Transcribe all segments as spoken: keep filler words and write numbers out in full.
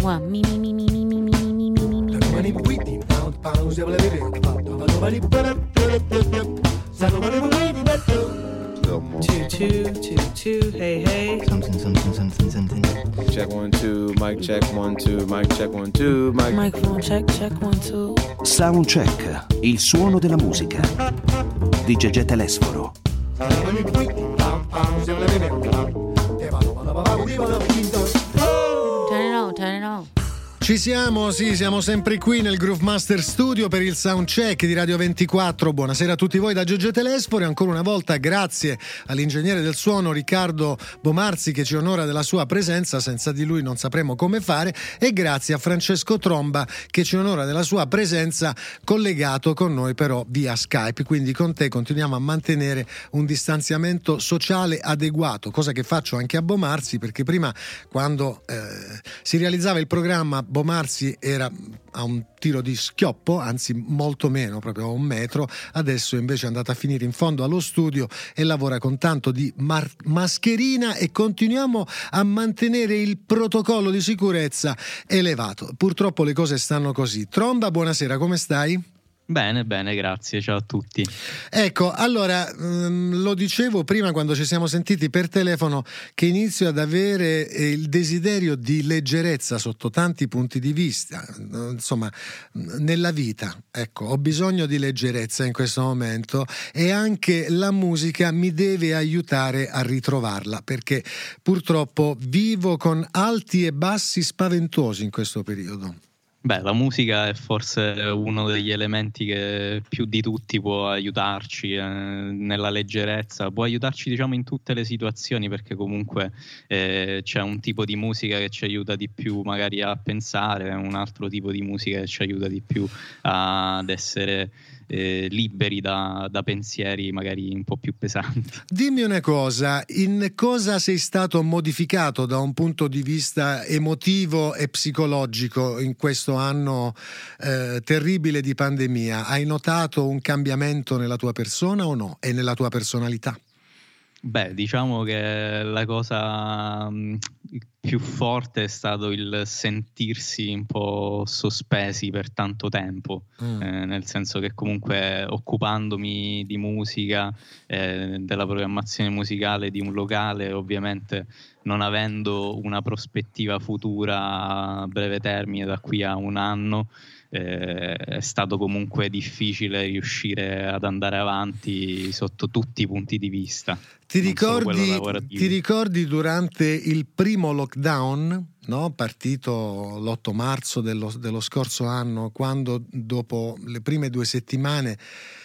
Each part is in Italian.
moi. Mi mi mi mi mi mi mi mi mi mi. Two, two, two, two, hey, hey. Something, something, something, something. Check one, two, mic check one, two, mic check one, two, mic. Microphone check, check one, two. Soundcheck, il suono della musica di Gegè Telesforo. Turn it on, turn it on. Ci siamo, sì, siamo sempre qui nel Groove Master Studio per il Soundcheck di Radio ventiquattro. Buonasera a tutti voi da Gegè Telesforo e ancora una volta grazie all'ingegnere del suono Riccardo Bomarzi che ci onora della sua presenza, senza di lui non sapremo come fare, e grazie a Francesco Tromba che ci onora della sua presenza collegato con noi però via Skype, quindi con te continuiamo a mantenere un distanziamento sociale adeguato, cosa che faccio anche a Bomarzi, perché prima quando eh, si realizzava il programma Bomarzi era a un tiro di schioppo, anzi molto meno, proprio a un metro. Adesso invece è andato a finire in fondo allo studio e lavora con tanto di mar- mascherina e continuiamo a mantenere il protocollo di sicurezza elevato. Purtroppo le cose stanno così. Tromba, buonasera, come stai? Bene, bene, grazie, ciao a tutti. Ecco, allora, ehm, lo dicevo prima quando ci siamo sentiti per telefono che inizio ad avere eh, il desiderio di leggerezza sotto tanti punti di vista, insomma, nella vita, ecco, ho bisogno di leggerezza in questo momento e anche la musica mi deve aiutare a ritrovarla, perché purtroppo vivo con alti e bassi spaventosi in questo periodo. Beh, la musica è forse uno degli elementi che più di tutti può aiutarci eh, nella leggerezza, può aiutarci diciamo in tutte le situazioni, perché comunque eh, c'è un tipo di musica che ci aiuta di più magari a pensare, un altro tipo di musica che ci aiuta di più a, ad essere eh, liberi da, da pensieri magari un po' più pesanti. Dimmi una cosa, in cosa sei stato modificato da un punto di vista emotivo e psicologico in questo anno eh, terribile di pandemia? Hai notato un cambiamento nella tua persona o no? E nella tua personalità? Beh, diciamo che la cosa mh, più forte è stato il sentirsi un po' sospesi per tanto tempo, mm. eh, nel senso che comunque occupandomi di musica, eh, della programmazione musicale di un locale, ovviamente non avendo una prospettiva futura a breve termine da qui a un anno, eh, è stato comunque difficile riuscire ad andare avanti sotto tutti i punti di vista. Ti ricordi, ti ricordi durante il primo lockdown, no? Partito l'otto marzo dello, dello scorso anno, quando dopo le prime due settimane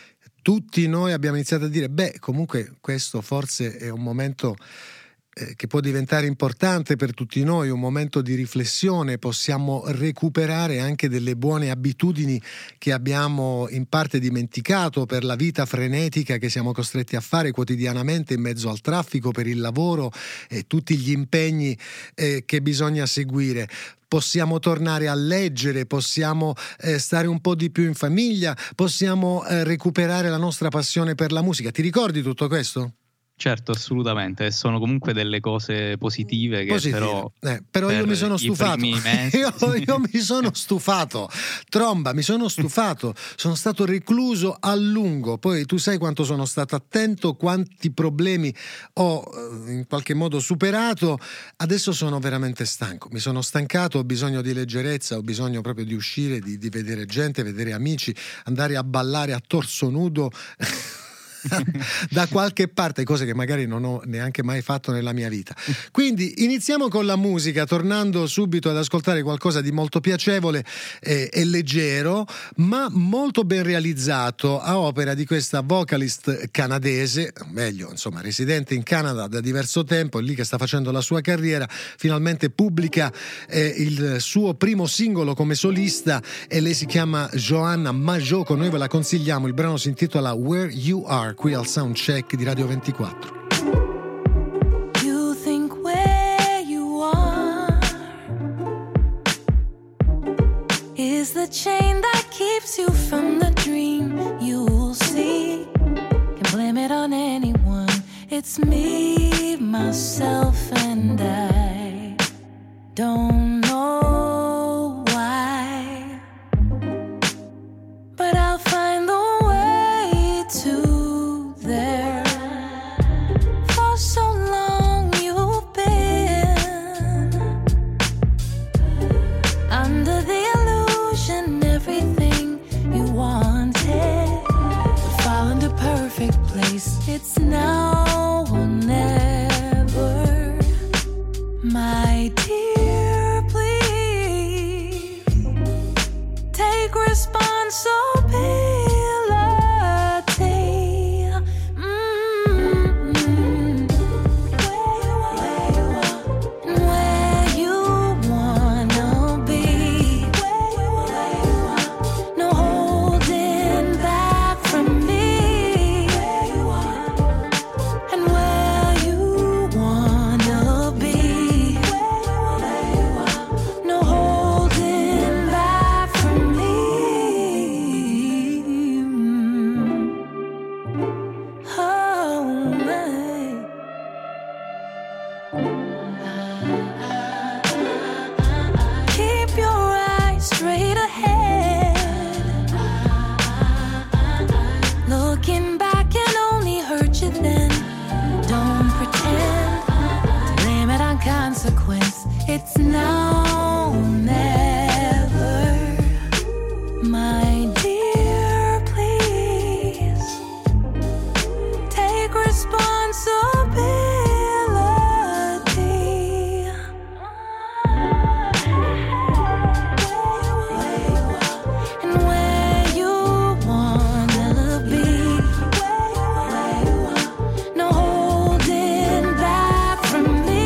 tutti noi abbiamo iniziato a dire beh, comunque questo forse è un momento eh, che può diventare importante per tutti noi, un momento di riflessione, possiamo recuperare anche delle buone abitudini che abbiamo in parte dimenticato per la vita frenetica che siamo costretti a fare quotidianamente in mezzo al traffico, per il lavoro e tutti gli impegni eh, che bisogna seguire. Possiamo tornare a leggere, possiamo eh, stare un po' di più in famiglia, possiamo eh, recuperare la nostra passione per la musica. Ti ricordi tutto questo? Certo, assolutamente, sono comunque delle cose positive che positive. però Eh, però io mi sono stufato mesi... io, io mi sono stufato Tromba, mi sono stufato sono stato recluso a lungo, poi tu sai quanto sono stato attento, quanti problemi ho in qualche modo superato. Adesso sono veramente stanco, mi sono stancato, ho bisogno di leggerezza, ho bisogno proprio di uscire, di, di vedere gente, vedere amici, andare a ballare a torso nudo da qualche parte, cose che magari non ho neanche mai fatto nella mia vita. Quindi iniziamo con la musica, tornando subito ad ascoltare qualcosa di molto piacevole e, e leggero, ma molto ben realizzato, a opera di questa vocalist canadese, meglio insomma residente in Canada da diverso tempo, è lì che sta facendo la sua carriera. Finalmente pubblica eh, il suo primo singolo come solista e lei si chiama Joanna Majoko. Noi ve la consigliamo, il brano si intitola Where You Are, qui al Soundcheck di Radio ventiquattro. You think where you are is the chain that keeps you from the dream you'll see. Can blame it on anyone. It's me, myself, and I. Don't know dear, please take responsibility. It's now, never, my dear, please take responsibility. And where you wanna be, no holding back from me.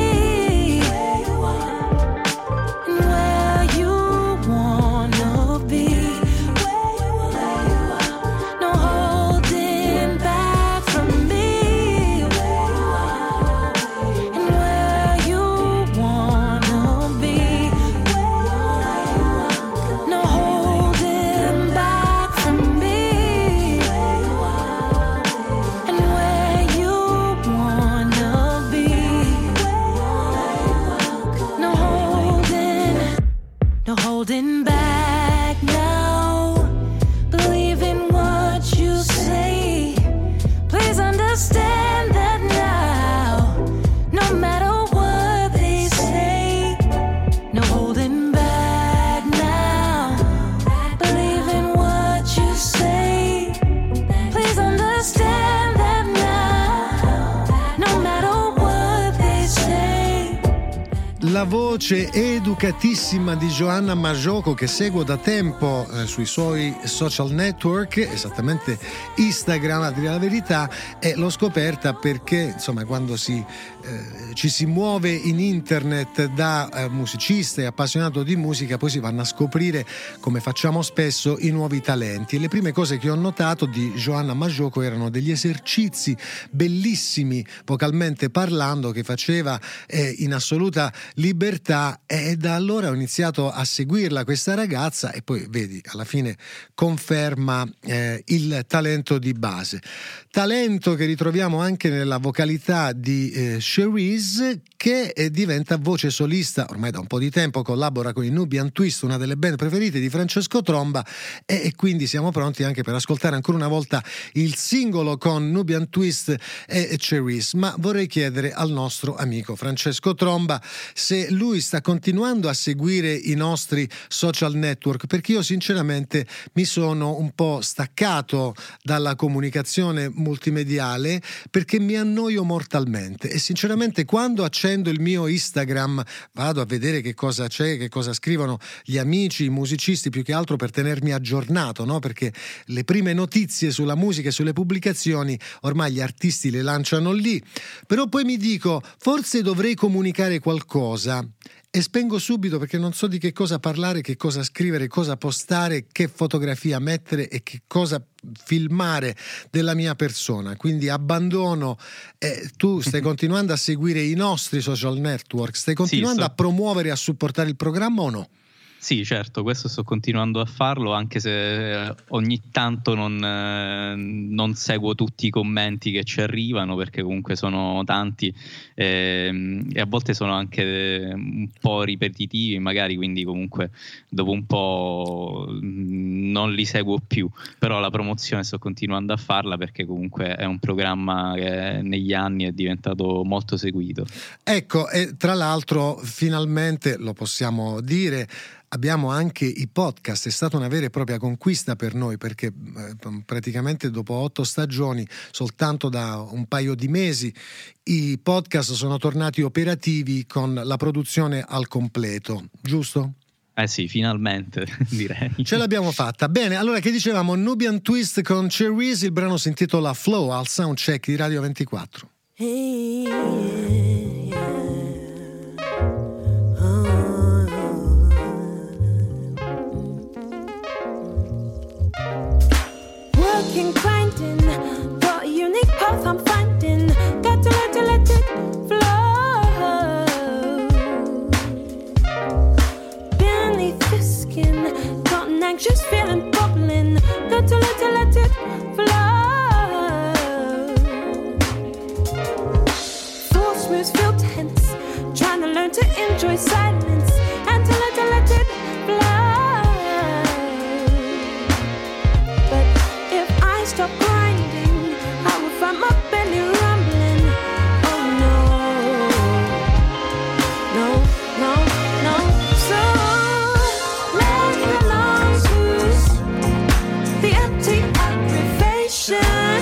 Holding back now, believe in what you say. Please understand that now, no matter what they say. No holding back now, believe in what you say. Please understand that now, no matter what they say. La voce educatissima di Joanna Majoko, che seguo da tempo eh, sui suoi social network, esattamente Instagram a dire la verità, e l'ho scoperta perché insomma quando si, eh, ci si muove in internet da eh, musicista e appassionato di musica, poi si vanno a scoprire, come facciamo spesso, i nuovi talenti. E le prime cose che ho notato di Joanna Majoko erano degli esercizi bellissimi vocalmente parlando che faceva eh, in assoluta libertà, e da allora ho iniziato a seguirla questa ragazza e poi vedi alla fine conferma eh, il talento di base, talento che ritroviamo anche nella vocalità di eh, Cherise, che eh, diventa voce solista ormai da un po' di tempo, collabora con i Nubian Twist, una delle band preferite di Francesco Tromba, e, e quindi siamo pronti anche per ascoltare ancora una volta il singolo con Nubian Twist e, e Cherise. Ma vorrei chiedere al nostro amico Francesco Tromba se lui sta continuando a seguire i nostri social network, perché io sinceramente mi sono un po' staccato dalla comunicazione multimediale perché mi annoio mortalmente, e sinceramente quando accendo il mio Instagram vado a vedere che cosa c'è, che cosa scrivono gli amici, i musicisti, più che altro per tenermi aggiornato, no? Perché le prime notizie sulla musica e sulle pubblicazioni ormai gli artisti le lanciano lì, però poi mi dico forse dovrei comunicare qualcosa e spengo subito perché non so di che cosa parlare, che cosa scrivere, cosa postare, che fotografia mettere e che cosa filmare della mia persona. Quindi abbandono. Eh, tu stai continuando a seguire i nostri social network, stai continuando sì, sto... a promuovere e a supportare il programma o no? Sì, certo, questo sto continuando a farlo, anche se ogni tanto non, eh, non seguo tutti i commenti che ci arrivano, perché comunque sono tanti eh, e a volte sono anche un po' ripetitivi magari, quindi comunque dopo un po' non li seguo più, però la promozione sto continuando a farla perché comunque è un programma che negli anni è diventato molto seguito. Ecco, e tra l'altro finalmente lo possiamo dire, abbiamo anche i podcast. È stata una vera e propria conquista per noi, perché eh, praticamente dopo otto stagioni, soltanto da un paio di mesi, i podcast sono tornati operativi con la produzione al completo, giusto? Eh sì, finalmente, direi. Ce l'abbiamo fatta. Bene, allora che dicevamo? Nubian Twist con Cherise, il brano si intitola Flow al Soundcheck di Radio ventiquattro. Hey, working, grinding, got a unique path I'm finding. Got to let, to let it flow beneath your skin. Got an anxious feeling bubbling. Got to let, to let it flow. Thoughts moves feel tense. Trying to learn to enjoy silence and to let, to let it flow. But if I stop grinding, I will find my belly rumbling. Oh no, no, no, no. So let the lungs loose, the empty aggravation.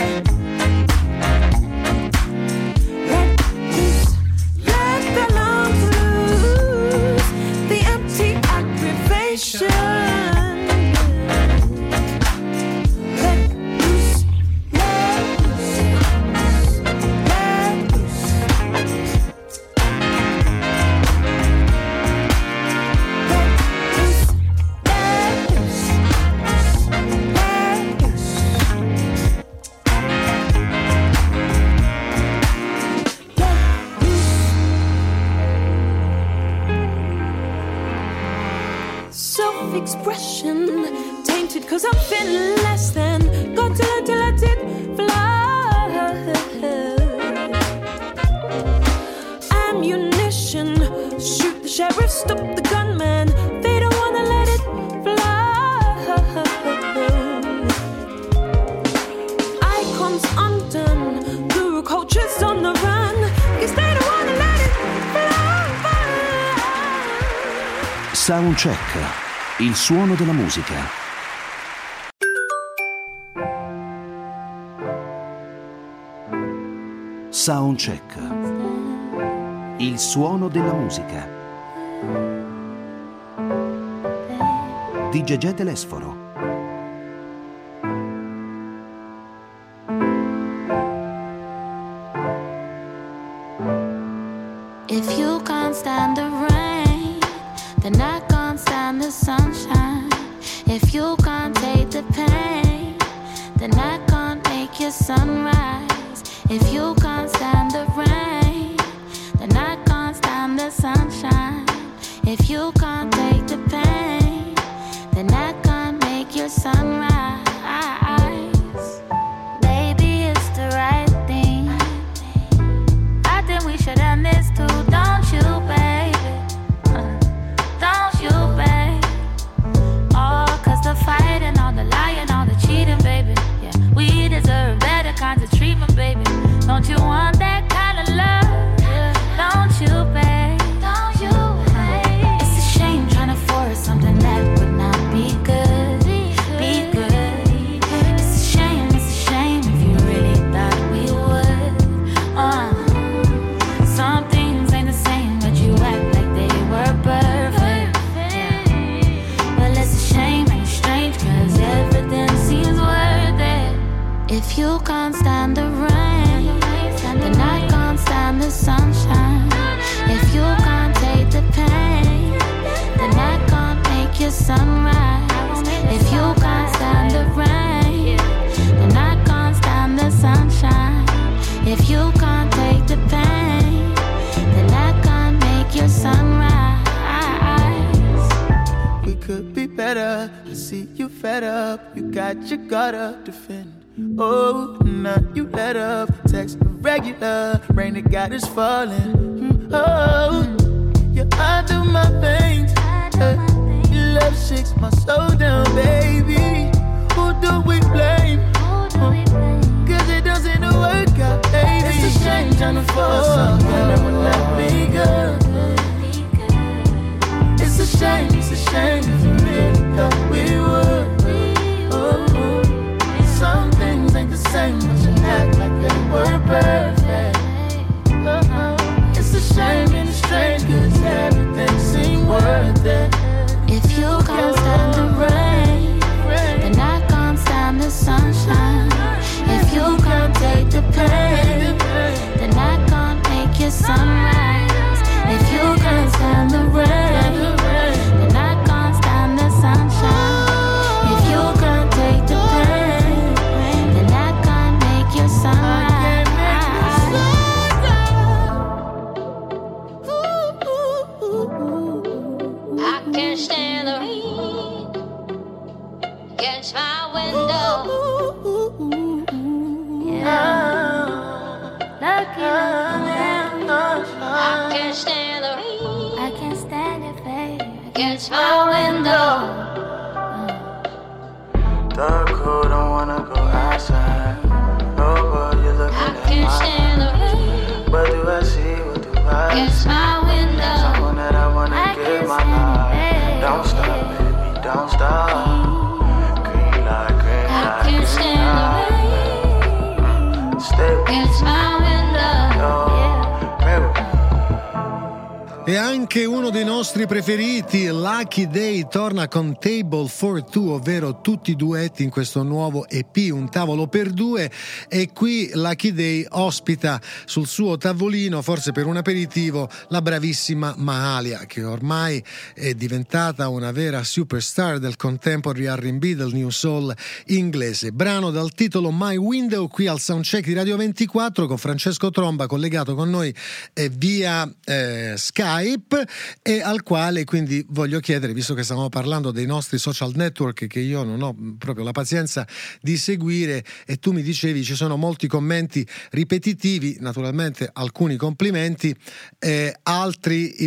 Let loose, let the lungs loose, the empty aggravation. Self-expression tainted cause I'm feeling less than. Got to let, to let it fly. Ammunition, shoot the sheriff, stop the gunman. They don't wanna let it fly. Icons undone, guru culture's on the run, cause they don't wanna let it fly. Soundcheck, il suono della musica. Soundcheck, il suono della musica. Di Gegè Telesforo. If you can't stand the rain, then I can't stand the sunshine. If you can't take the pain, then I can't make your sunrise. If you can't stand the rain, then I can't stand the sunshine. If you can't take the pain, then I can't make your sunrise. Baby, it's the right thing. I think we should end this too, don't you, baby? Uh, don't you, baby? All cause the fighting, all the lying, all the cheating, baby. Yeah, we deserve better kinds of treatment, baby. Don't you want that kind of love? Yeah. Don't you, babe? Don't you, babe? It's a shame trying to force something that would not be good. Be good. It's a shame, it's a shame if you really thought we would. Uh, some things ain't the same, but you act like they were perfect. Yeah. Well, it's a shame and it's strange, cause everything seems worth it. If you can't stand the rain, then I can't stand the sunshine. If you can't take the pain, then I can't make your sunrise. If you can't stand the rain, then I can't stand the sunshine. If you can't take the pain, then I can't make your sunrise. We could be better. I see you fed up. You got your guard up, defend. Oh, now you let up. Text irregular. Rain that got us falling. Mm, oh, you're under my veins. Hey, your love shakes my soul down, baby. Who do we blame? Cause it doesn't work out, baby. It's a shame trying to force something that will not be good. It's a shame, it's a shame. shame if you really thought we would. Oh, oh. Some things ain't the same, but you act like they were perfect. Oh, oh. It's a shame and it's strange, cause everything seemed worth it. If you can't stand the rain, then I can't stand the sunshine. If you can't take the pain, then I can't make your sunrise. If you can't stand the rain, then I can't stand the sunshine. If you can't take the pain, then I can't make your sunrise. I can't stand the rain against my window. Lucky I can't stand the rain I can't stand it, baby. against my window. Dark cold, don't wanna go outside. Oh, boy, you're looking I at can't my stand the rain What do I see? What do I against see? my window. Someone that I wanna I give can't my stand life. it. Don't stop, baby, don't stop. Green light, green I light, can't green stand the light. rain Stay with against my window. yo, pray with me. E anche uno dei nostri preferiti, Lucky Day, torna con Table for Two, ovvero tutti i duetti in questo nuovo E P, un tavolo per due, e qui Lucky Day ospita sul suo tavolino, forse per un aperitivo, la bravissima Mahalia, che ormai è diventata una vera superstar del contemporary R and B, del new soul inglese. Brano dal titolo My Window, qui al Soundcheck di Radio ventiquattro con Francesco Tromba collegato con noi eh, via eh, Skype, e al quale quindi voglio chiedere, visto che stavamo parlando dei nostri social network che io non ho proprio la pazienza di seguire, e tu mi dicevi ci sono molti commenti ripetitivi, naturalmente alcuni complimenti, eh, altri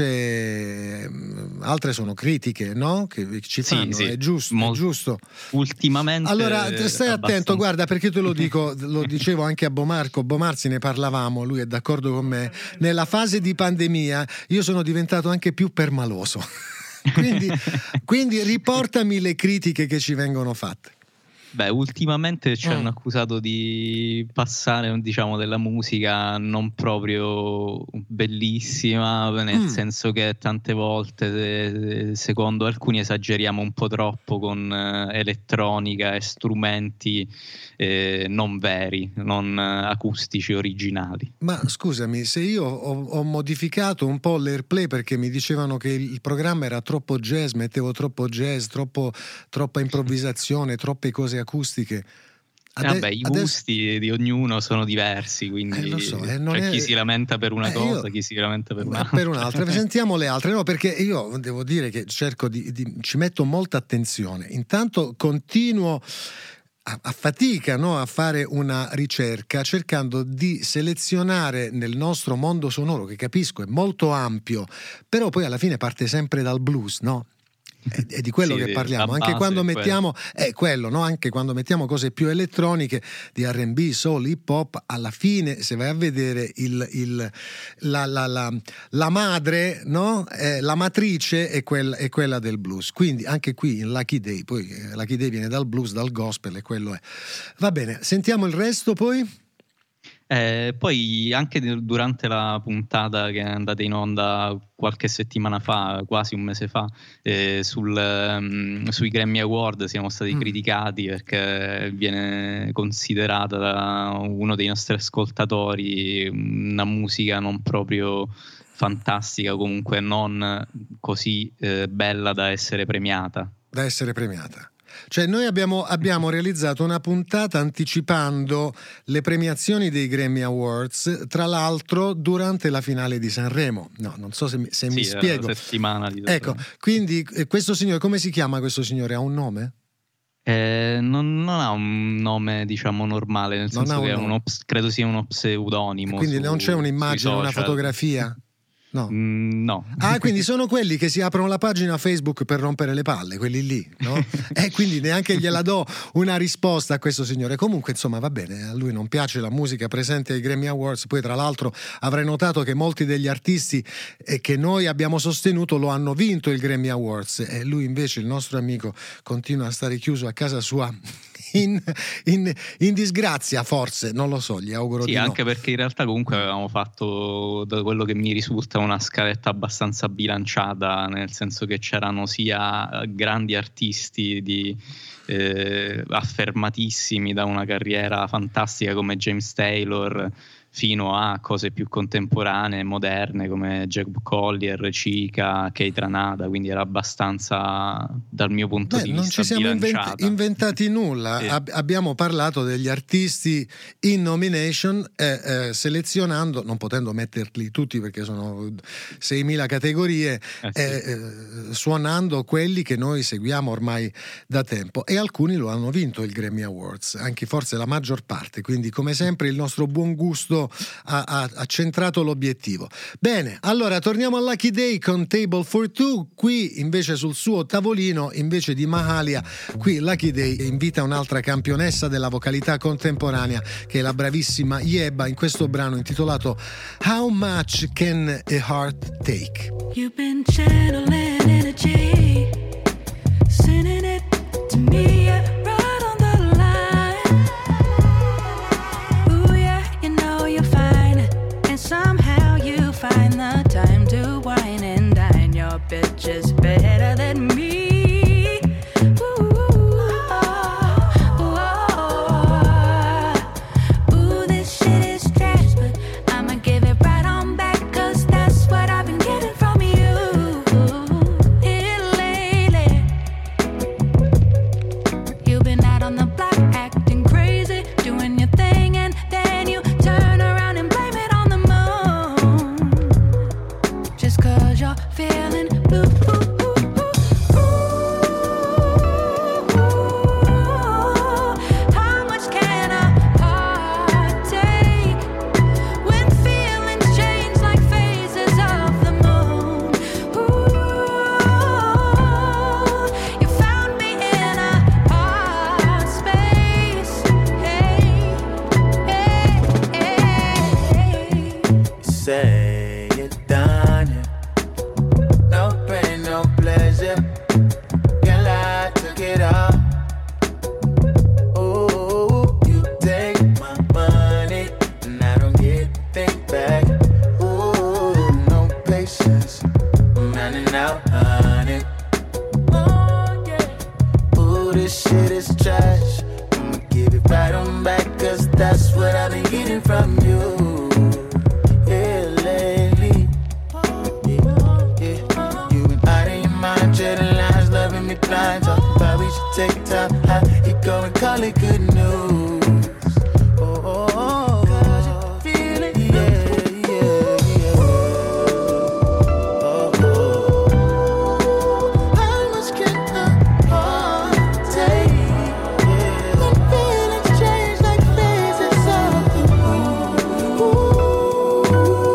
invece altre sono critiche, no? Che ci fanno, sì, sì. È giusto, Mol- è giusto. Ultimamente Allora stai attento, abbastanza. guarda, perché te lo dico, lo dicevo anche a Bomarco, Bomarzi, ne parlavamo, lui è d'accordo con me, nella fase di pandemia io sono diventato anche più permaloso. quindi, quindi riportami le critiche che ci vengono fatte. Beh, ultimamente ci Mm. hanno accusato di passare, diciamo, della musica non proprio bellissima, nel Mm. senso che tante volte, eh, secondo alcuni, esageriamo un po' troppo con eh, elettronica e strumenti eh, non veri, non eh, acustici originali. Ma scusami, se io ho, ho modificato un po' l'airplay perché mi dicevano che il programma era troppo jazz, mettevo troppo jazz, troppo, troppa improvvisazione, troppe cose acustiche. Eh, Ade- vabbè, i adesso- gusti di ognuno sono diversi, quindi Eh, lo so, eh, non c'è è- chi si lamenta per una Eh, cosa, io- chi si lamenta per Ma un'altra. per un'altra, sentiamo le altre, no? Perché io devo dire che cerco di, di- ci metto molta attenzione. Intanto continuo a, a fatica, no? A fare una ricerca cercando di selezionare nel nostro mondo sonoro, che capisco è molto ampio, però poi alla fine parte sempre dal blues, no? È, è di quello Sì, che la parliamo, anche base quando è mettiamo è quello, no? Anche quando mettiamo cose più elettroniche di R and B, soul, hip hop, alla fine se vai a vedere il, il, la, la, la, la madre, no? Eh, la matrice è, quel, è quella del blues, quindi anche qui in Lucky Day, poi eh, Lucky Day viene dal blues, dal gospel, e quello è. Va bene, sentiamo il resto poi. Eh, poi anche di- durante la puntata che è andata in onda qualche settimana fa, quasi un mese fa, eh, sul, ehm, sui Grammy Award siamo stati Mm. criticati perché viene considerata da uno dei nostri ascoltatori una musica non proprio fantastica, comunque non così eh, bella da essere premiata. Da essere premiata. Cioè noi abbiamo, abbiamo realizzato una puntata anticipando le premiazioni dei Grammy Awards, tra l'altro durante la finale di Sanremo. No, non so se mi, se mi Sì, era spiego. la settimana di Ecco, quindi eh, questo signore, come si chiama questo signore? Ha un nome? Eh, non, non ha un nome, diciamo, normale, nel Non ha senso un che è nome. uno ps- credo sia uno pseudonimo. Quindi su- non c'è un'immagine, sui una social. fotografia? No. Mm, no. Ah, quindi sono quelli che si aprono la pagina Facebook per rompere le palle, quelli lì, no? E quindi neanche gliela do una risposta a questo signore. Comunque, insomma, va bene, a lui non piace la musica presente ai Grammy Awards. Poi, tra l'altro, avrai notato che molti degli artisti eh, che noi abbiamo sostenuto lo hanno vinto il Grammy Awards, e lui invece, il nostro amico, continua a stare chiuso a casa sua in, in, in disgrazia, forse, non lo so, gli auguro sì, di no. Anche perché in realtà comunque avevamo fatto, da quello che mi risulta, una scaletta abbastanza bilanciata, nel senso che c'erano sia grandi artisti di eh, affermatissimi da una carriera fantastica come James Taylor, fino a cose più contemporanee, moderne, come Jacob Collier, Chica, Kate Ranada, quindi era abbastanza, dal mio punto Beh, di non vista, ci siamo bilanciata. invent- inventati nulla. Sì. Ab- abbiamo parlato degli artisti in nomination, eh, eh, selezionando, non potendo metterli tutti perché sono seimila categorie, Eh sì. eh, eh, suonando quelli che noi seguiamo ormai da tempo, e alcuni lo hanno vinto il Grammy Awards, anche forse la maggior parte, quindi come sempre il nostro buon gusto ha, ha, ha centrato l'obiettivo. Bene, allora torniamo a Lucky Day con Table for Two. Qui invece sul suo tavolino, invece di Mahalia, qui Lucky Day invita un'altra campionessa della vocalità contemporanea, che è la bravissima Yebba, in questo brano intitolato How Much Can a Heart Take? You've been channeling energy, sending it to me, yeah, right on the line. Ooh yeah, you know you're fine, and somehow you find the time to wine and dine. Your bitch is better than me. Ooh, oh, oh, ooh, this shit is trash, but I'ma give it right on back, 'cause that's what I've been getting from you. Here lately, you've been out on the block acting crazy, doing your thing, and then you turn around and blame it on the moon, just 'cause you're feeling blue. How much can a heart take when feelings change like phases of the moon? Ooh, you found me in a hard space. Hey, hey, hey. Say it done it. No pain, no pleasure. Girl, I took it all. Ooh, you take my money and I don't get a thing back. Ooh, no patience. I'm running out, honey. Oh, yeah. Ooh, this shit is trash. I'ma give it right on back, 'cause that's what I've been getting from you. Yeah, lately. Yeah, yeah. You been out of your mind, treading lines, loving me blind. Talk about we should take time. How you go and call it good news. Oh, oh, oh. 'Cause you feel it. Yeah, yeah, yeah. Oh, oh. How much can a heart take? Yeah. When feelings change like phases of the moon. Ooh,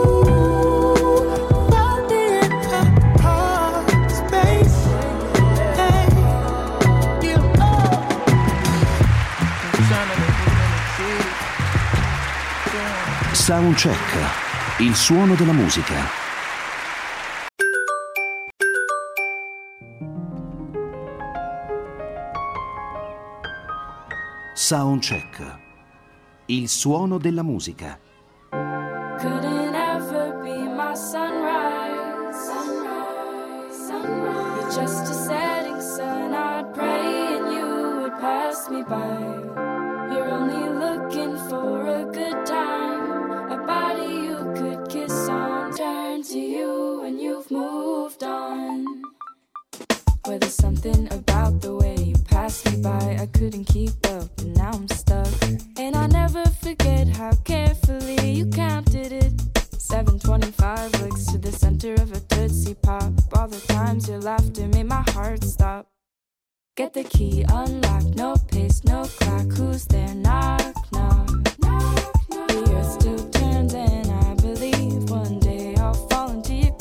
found in a hard space. Hey, you know. Soundcheck, il suono della musica. Soundcheck, il suono della musica. Couldn't ever be my sunrise, sunrise, sunrise. You're just a setting sun. I'd pray and you would pass me by. You're only looking for a good time, a body you could kiss on. Turn to you and you've moved on. Well, there's something about the way you passed me by. I couldn't keep up and now I'm stuck. And I never forget how carefully you counted it. seven twenty-five licks to the center of a Tootsie Pop. All the times your laughter made my heart stop. Get the key unlocked, no pace, no clock. Who's there? Knock, knock, knock, knock. The earth still turns and I believe one day I'll fall into your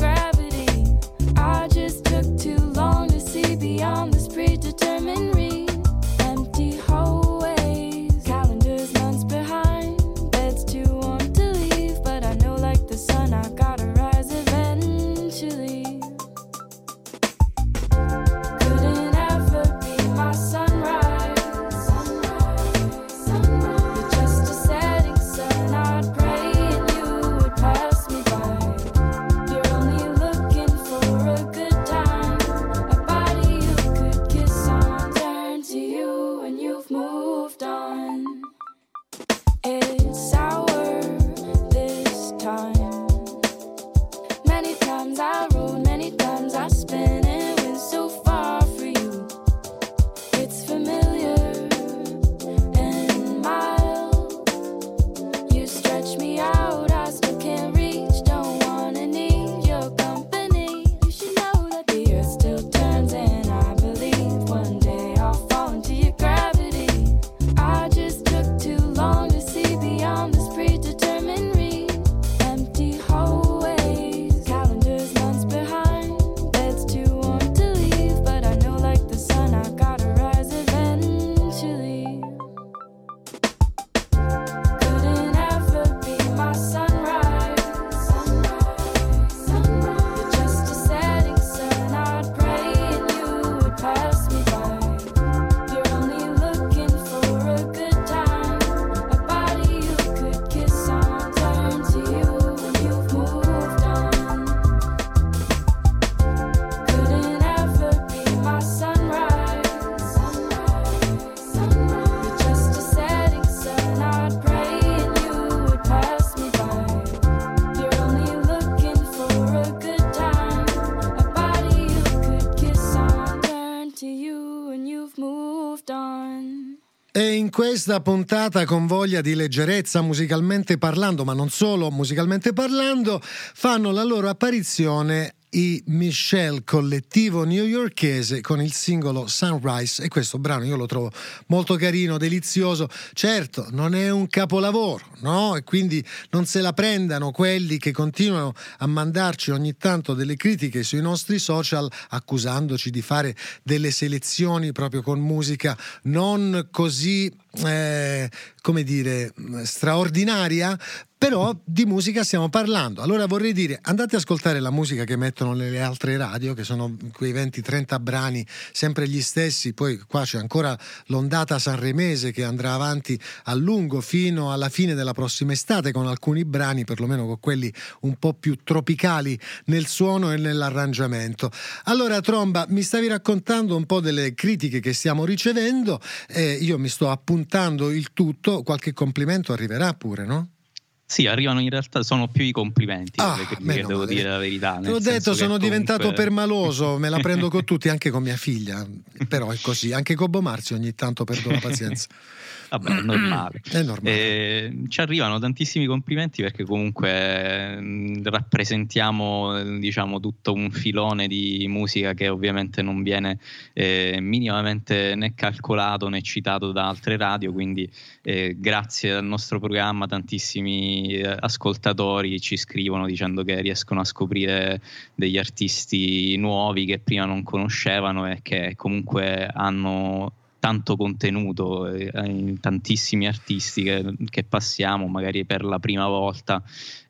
E in questa puntata con voglia di leggerezza musicalmente parlando, ma non solo musicalmente parlando, fanno la loro apparizione i Michelle, collettivo newyorkese, con il singolo Sunrise, e questo brano io lo trovo molto carino, delizioso. Certo, non è un capolavoro, no? E quindi non se la prendano quelli che continuano a mandarci ogni tanto delle critiche sui nostri social accusandoci di fare delle selezioni proprio con musica non così eh, come dire straordinaria. Però di musica stiamo parlando. Allora vorrei dire, andate ad ascoltare la musica che mettono nelle altre radio, che sono quei venti trenta brani, sempre gli stessi. Poi qua c'è ancora l'ondata sanremese che andrà avanti a lungo fino alla fine della prossima estate, con alcuni brani, perlomeno con quelli un po' più tropicali nel suono e nell'arrangiamento. Allora Tromba, mi stavi raccontando un po' delle critiche che stiamo ricevendo, e io mi sto appuntando il tutto. Qualche complimento arriverà pure, no? Sì, arrivano in realtà, sono più i complimenti ah, delle critiche, devo male. dire la verità. Te l'ho detto, sono comunque... diventato permaloso, me la prendo con tutti, anche con mia figlia, però è così, anche con Bob Marzi ogni tanto perdo la pazienza. Vabbè, è normale. È normale. Eh, ci arrivano tantissimi complimenti perché comunque mh, rappresentiamo, diciamo, tutto un filone di musica che ovviamente non viene eh, minimamente né calcolato né citato da altre radio, quindi eh, grazie al nostro programma tantissimi eh, ascoltatori ci scrivono dicendo che riescono a scoprire degli artisti nuovi che prima non conoscevano e che comunque hanno tanto contenuto, eh, tantissimi artisti che, che passiamo magari per la prima volta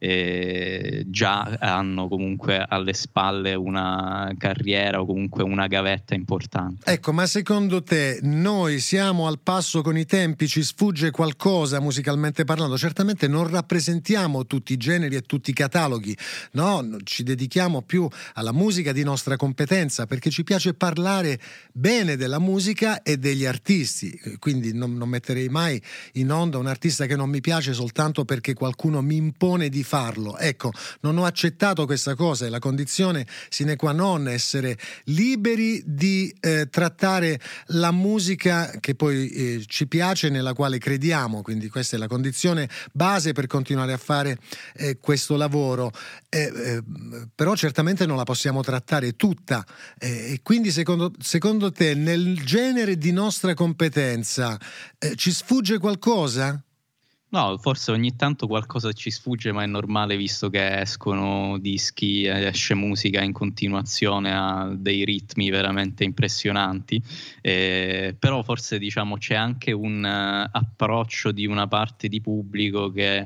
eh, già hanno comunque alle spalle una carriera o comunque una gavetta importante. Ecco, ma secondo te noi siamo al passo con i tempi? Ci sfugge qualcosa musicalmente parlando? Certamente non rappresentiamo tutti i generi e tutti i cataloghi, no? Ci dedichiamo più alla musica di nostra competenza perché ci piace parlare bene della musica e degli artisti, quindi non, non metterei mai in onda un artista che non mi piace soltanto perché qualcuno mi impone di farlo. Ecco, non ho accettato questa cosa, è la condizione sine qua non essere liberi di eh, trattare la musica che poi eh, ci piace, nella quale crediamo, quindi questa è la condizione base per continuare a fare eh, questo lavoro, eh, eh, però certamente non la possiamo trattare tutta eh, e quindi secondo, secondo te nel genere di nostra competenza eh, ci sfugge qualcosa? No, forse ogni tanto qualcosa ci sfugge, ma è normale visto che escono dischi, esce musica in continuazione a dei ritmi veramente impressionanti, eh, però forse diciamo c'è anche un uh, approccio di una parte di pubblico che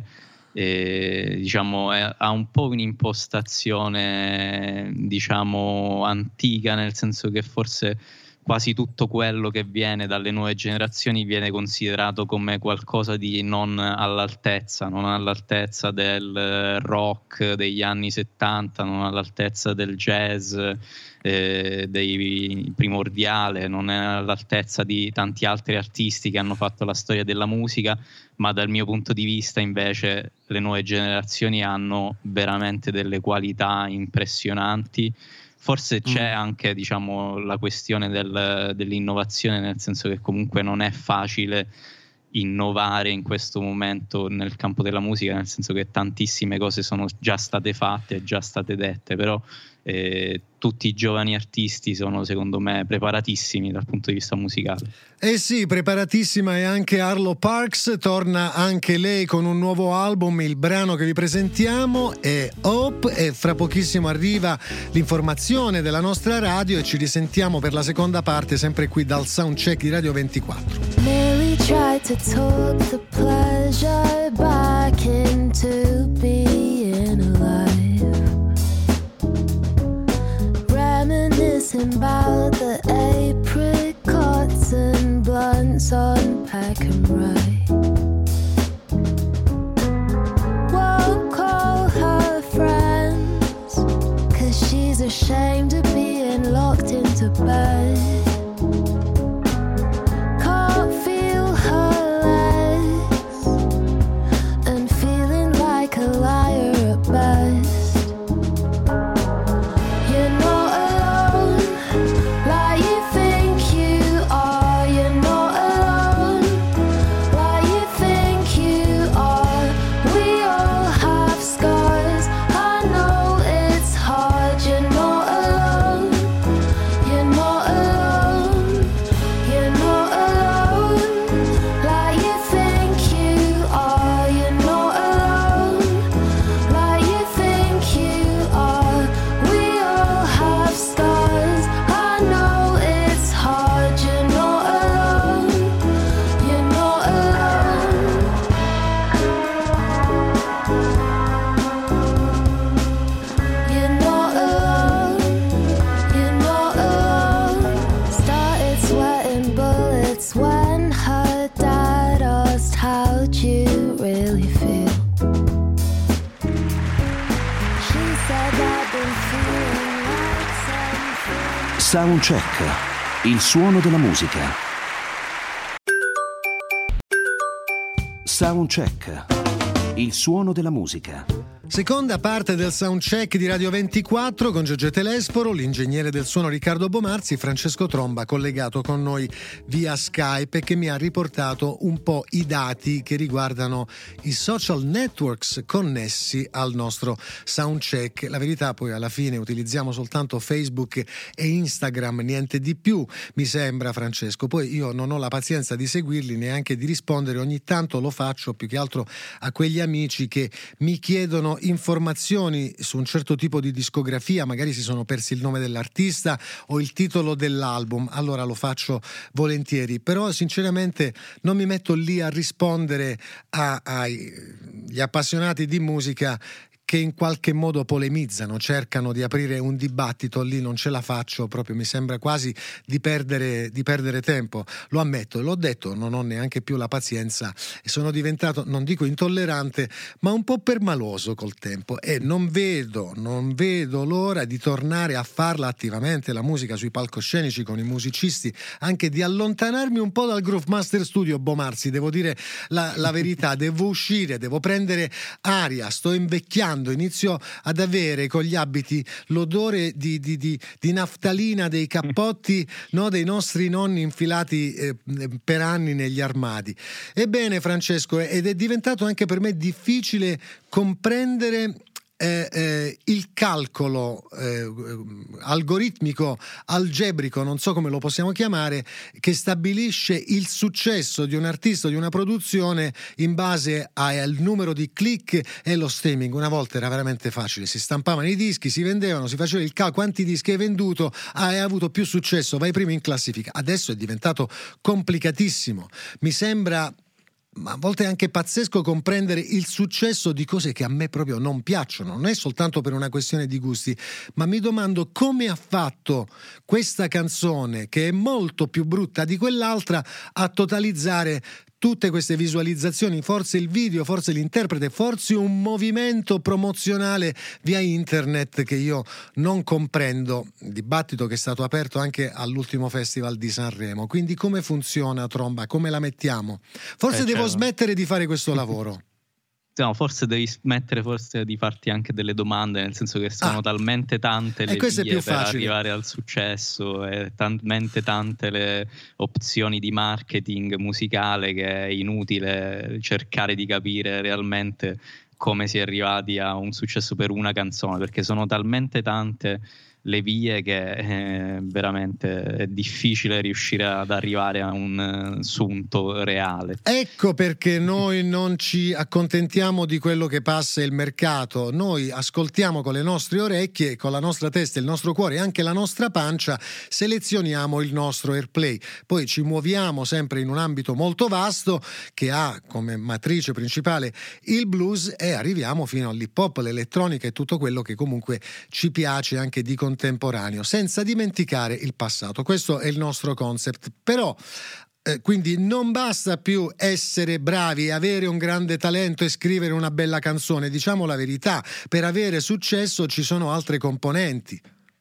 eh, diciamo è, ha un po' un'impostazione diciamo antica, nel senso che forse quasi tutto quello che viene dalle nuove generazioni viene considerato come qualcosa di non all'altezza, non all'altezza del rock degli anni settanta, non all'altezza del jazz eh, dei primordiale, non è all'altezza di tanti altri artisti che hanno fatto la storia della musica, ma dal mio punto di vista invece le nuove generazioni hanno veramente delle qualità impressionanti. Forse c'è anche diciamo la questione del, dell'innovazione, nel senso che comunque non è facile innovare in questo momento nel campo della musica, nel senso che tantissime cose sono già state fatte, già state dette, però eh, tutti i giovani artisti sono secondo me preparatissimi dal punto di vista musicale. Eh sì, preparatissima è anche Arlo Parks, torna anche lei con un nuovo album, il brano che vi presentiamo è Hope e fra pochissimo arriva l'informazione della nostra radio e ci risentiamo per la seconda parte sempre qui dal Soundcheck di Radio ventiquattro. Mary tried to talk the pleasure back into being alive, reminiscing about the apricots and blunts on Pack and Rye. Won't call her friends, 'cause she's ashamed of being locked into bed. Can't feel her legs and feeling like a liar at best. You're not alone, like you think you are. You're not alone, Soundcheck, il suono della musica. Soundcheck, il suono della musica. Seconda parte del Soundcheck di Radio ventiquattro con Giorgio Telesforo, l'ingegnere del suono Riccardo Bomarzi, Francesco Tromba collegato con noi via Skype e che mi ha riportato un po' i dati che riguardano i social networks connessi al nostro Soundcheck. La verità poi alla fine utilizziamo soltanto Facebook e Instagram, niente di più, mi sembra, Francesco. Poi io non ho la pazienza di seguirli, neanche di rispondere, ogni tanto lo faccio più che altro a quegli amici che mi chiedono informazioni su un certo tipo di discografia, magari si sono persi il nome dell'artista o il titolo dell'album, allora lo faccio volentieri, però sinceramente non mi metto lì a rispondere agli appassionati di musica che in qualche modo polemizzano, cercano di aprire un dibattito, lì non ce la faccio proprio, mi sembra quasi di perdere, di perdere tempo, lo ammetto, l'ho detto, non ho neanche più la pazienza e sono diventato, non dico intollerante, ma un po' permaloso col tempo e non vedo, non vedo l'ora di tornare a farla attivamente, la musica sui palcoscenici con i musicisti, anche di allontanarmi un po' dal Groove Master Studio, Bomarzi, devo dire la, la verità, devo uscire, devo prendere aria, sto invecchiando, inizio ad avere con gli abiti l'odore di, di, di, di naftalina dei cappotti no, dei nostri nonni infilati eh, per anni negli armadi. Ebbene, Francesco, ed è diventato anche per me difficile comprendere Eh, eh, il calcolo eh, algoritmico, algebrico, non so come lo possiamo chiamare, che stabilisce il successo di un artista o di una produzione in base al numero di click e lo streaming. Una volta era veramente facile, si stampavano i dischi, si vendevano, si faceva il calcolo, quanti dischi hai venduto, ah, hai avuto più successo, vai primo in classifica. Adesso è diventato complicatissimo, mi sembra ma a volte è anche pazzesco comprendere il successo di cose che a me proprio non piacciono, non è soltanto per una questione di gusti, ma mi domando come ha fatto questa canzone, che è molto più brutta di quell'altra, a totalizzare tutte queste visualizzazioni, forse il video, forse l'interprete, forse un movimento promozionale via internet che io non comprendo, dibattito che è stato aperto anche all'ultimo festival di Sanremo. Quindi come funziona, Tromba, come la mettiamo? Forse eh, devo certo. smettere di fare questo lavoro. No, forse devi smettere forse di farti anche delle domande, nel senso che sono ah, talmente tante le vie per arrivare al successo e talmente tante le opzioni di marketing musicale che è inutile cercare di capire realmente come si è arrivati a un successo per una canzone, perché sono talmente tante le vie che eh, veramente è difficile riuscire ad arrivare a un sunto reale. Ecco perché noi non ci accontentiamo di quello che passa il mercato, noi ascoltiamo con le nostre orecchie, con la nostra testa, il nostro cuore e anche la nostra pancia, selezioniamo il nostro airplay, poi ci muoviamo sempre in un ambito molto vasto che ha come matrice principale il blues e arriviamo fino all'hip hop, l'elettronica e tutto quello che comunque ci piace anche di contemporaneo, senza dimenticare il passato. Questo è il nostro concept. Però eh, quindi non basta più essere bravi, avere un grande talento e scrivere una bella canzone, diciamo la verità, per avere successo ci sono altre componenti.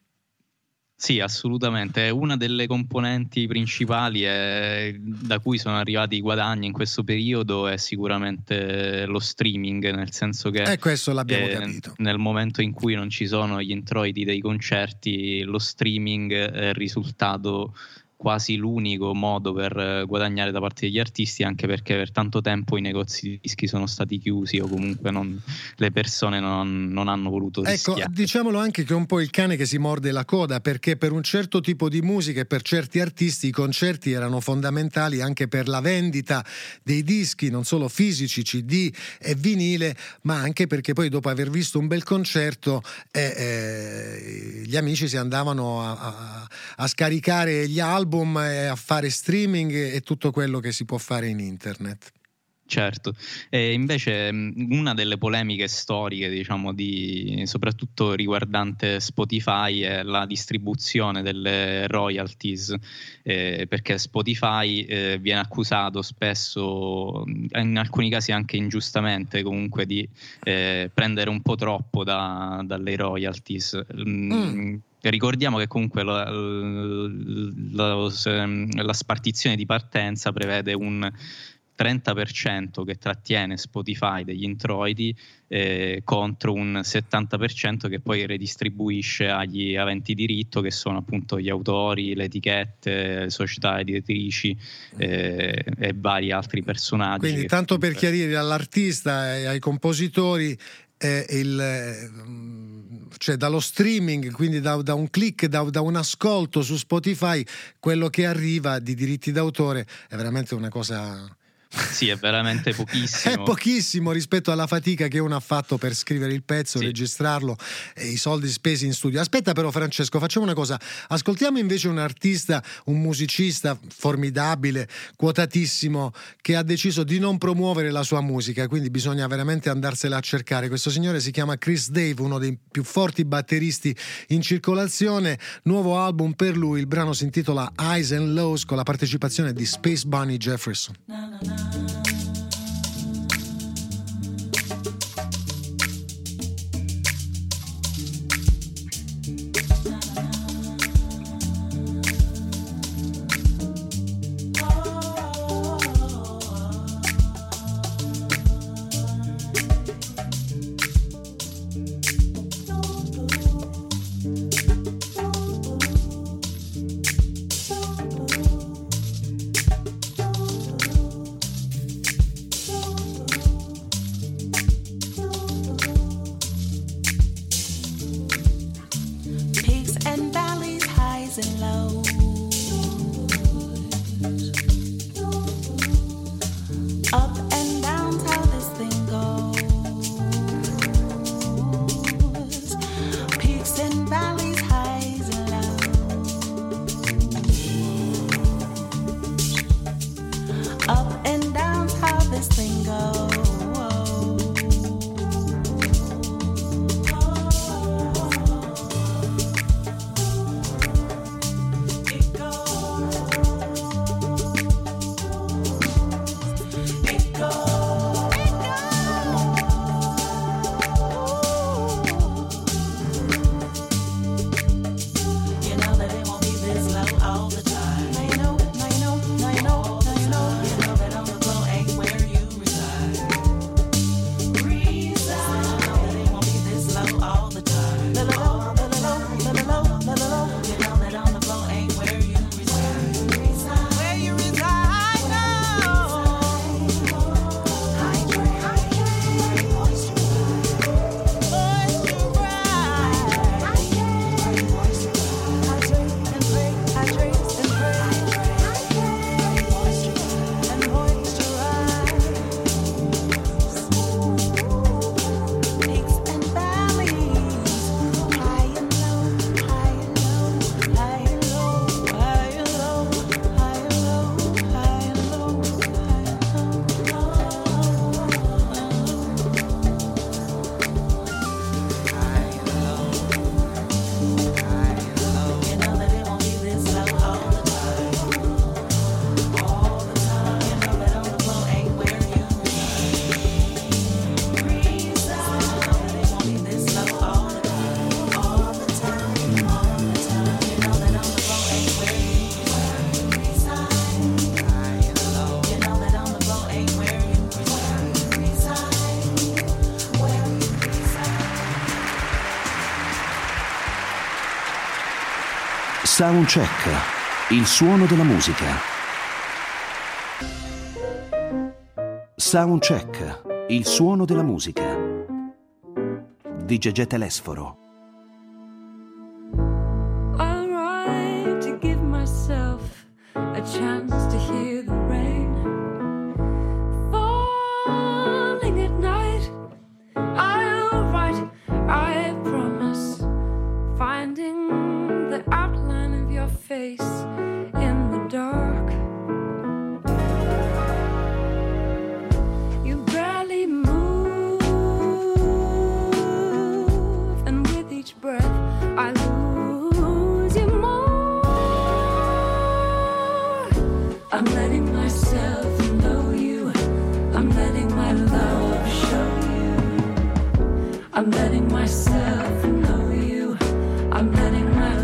Sì, assolutamente. Una delle componenti principali è, da cui sono arrivati i guadagni in questo periodo è sicuramente lo streaming, nel senso che eh, questo l'abbiamo eh, capito. Nel momento in cui non ci sono gli introiti dei concerti, lo streaming è il risultato quasi l'unico modo per guadagnare da parte degli artisti, anche perché per tanto tempo i negozi di dischi sono stati chiusi o comunque non, le persone non, non hanno voluto rischiare. Ecco, diciamolo anche che è un po' il cane che si morde la coda, perché per un certo tipo di musica e per certi artisti i concerti erano fondamentali anche per la vendita dei dischi, non solo fisici, C D e vinile, ma anche perché poi dopo aver visto un bel concerto eh, eh, gli amici si andavano a, a, a scaricare gli album e a fare streaming e tutto quello che si può fare in internet. Certo, e invece una delle polemiche storiche, diciamo, di soprattutto riguardante Spotify è la distribuzione delle royalties, eh, perché Spotify eh, viene accusato spesso, in alcuni casi anche ingiustamente comunque, di eh, prendere un po' troppo da, dalle royalties. Mm. ricordiamo che comunque la, la, la, la spartizione di partenza prevede un trenta per cento che trattiene Spotify degli introiti eh, contro un settanta per cento che poi redistribuisce agli aventi diritto, che sono appunto gli autori, le etichette, le società editrici eh, e vari altri personaggi. Quindi tanto comunque... per chiarire all'artista e ai compositori, eh, il, cioè dallo streaming, quindi da, da un click, da, da un ascolto su Spotify, quello che arriva di diritti d'autore è veramente una cosa... Sì, è veramente pochissimo. È pochissimo rispetto alla fatica che uno ha fatto per scrivere il pezzo, sì. registrarlo e i soldi spesi in studio. Aspetta però Francesco, facciamo una cosa, ascoltiamo invece un artista, un musicista formidabile, quotatissimo, che ha deciso di non promuovere la sua musica, quindi bisogna veramente andarsela a cercare. Questo signore si chiama Chris Dave, uno dei più forti batteristi in circolazione. Nuovo album per lui, il brano si intitola Highs and Lows, con la partecipazione di Space Bunny Jefferson. Na, na, na. Soundcheck, il suono della musica. Soundcheck, il suono della musica. Di Gegè Telesforo. I'll ride to give myself a chance to hear the rain falling at night. I'll write, I promise, finding the outline of your face in the dark. You barely move, and with each breath I lose you more. I'm letting myself know you, I'm letting my love show you, I'm letting myself know you, I'm letting my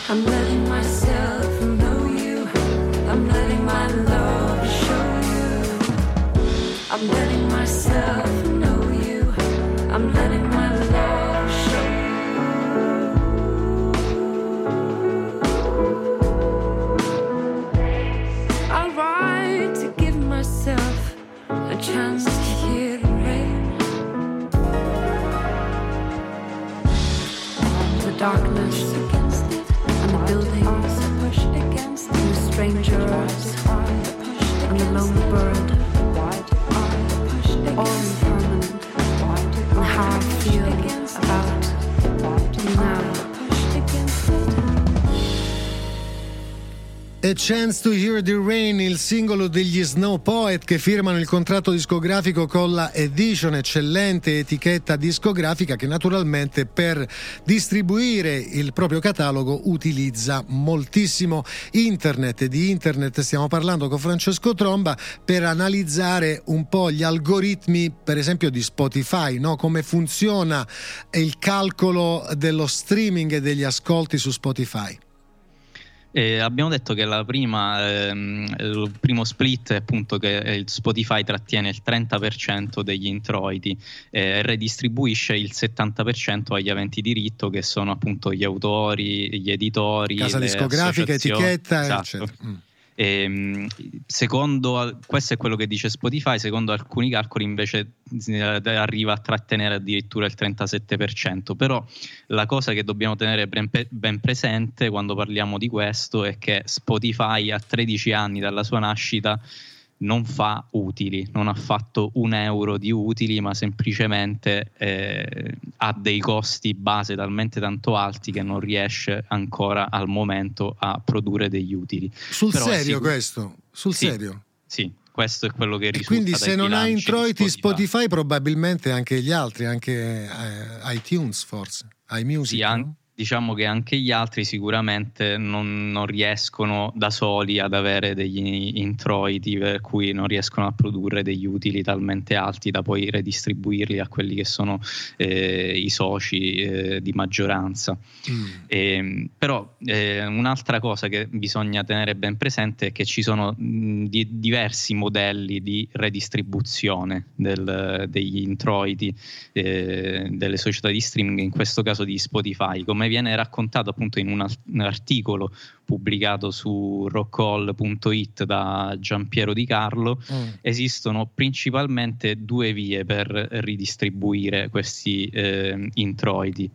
I'm letting myself know you. I'm letting my love show you. I'm letting myself know you. I'm letting my love show you. I'll write to give myself a chance to hear the rain. The darkness against it, and the buildings push against it, and the strangers, and the lone bird, all impermanent, and how I feel about you now. A Chance to Hear the Rain, il singolo degli Snow Poet che firmano il contratto discografico con la Edition, eccellente etichetta discografica che naturalmente per distribuire il proprio catalogo utilizza moltissimo internet. E di internet stiamo parlando con Francesco Tromba per analizzare un po' gli algoritmi, per esempio di Spotify, no? Come funziona il calcolo dello streaming e degli ascolti su Spotify. Eh, abbiamo detto che la prima, ehm, il primo split è appunto che il Spotify trattiene il trenta per cento degli introiti e eh, redistribuisce il settanta per cento agli aventi diritto, che sono appunto gli autori, gli editori, casa le discografica, etichetta, esatto. eccetera. Mm. E, secondo, questo è quello che dice Spotify, secondo alcuni calcoli invece arriva a trattenere addirittura il trentasette per cento. Però la cosa che dobbiamo tenere ben, ben presente quando parliamo di questo è che Spotify a tredici anni dalla sua nascita non fa utili, non ha fatto un euro di utili, ma semplicemente eh, ha dei costi base talmente tanto alti che non riesce ancora al momento a produrre degli utili. Sul Però serio sicur- questo? Sul sì, serio? Sì, questo è quello che E risulta. quindi se non ha introiti Spotify. Spotify, probabilmente anche gli altri, anche eh, iTunes forse, iMusic, sì, an- no? diciamo che anche gli altri sicuramente non, non riescono da soli ad avere degli introiti, per cui non riescono a produrre degli utili talmente alti da poi redistribuirli a quelli che sono eh, i soci eh, di maggioranza. Mm. E, però eh, un'altra cosa che bisogna tenere ben presente è che ci sono mh, di, diversi modelli di redistribuzione del, degli introiti eh, delle società di streaming, in questo caso di Spotify, come viene raccontato appunto in un, un articolo pubblicato su rockall punto it da Giampiero Di Carlo. Mm. Esistono principalmente due vie per ridistribuire questi eh, introiti: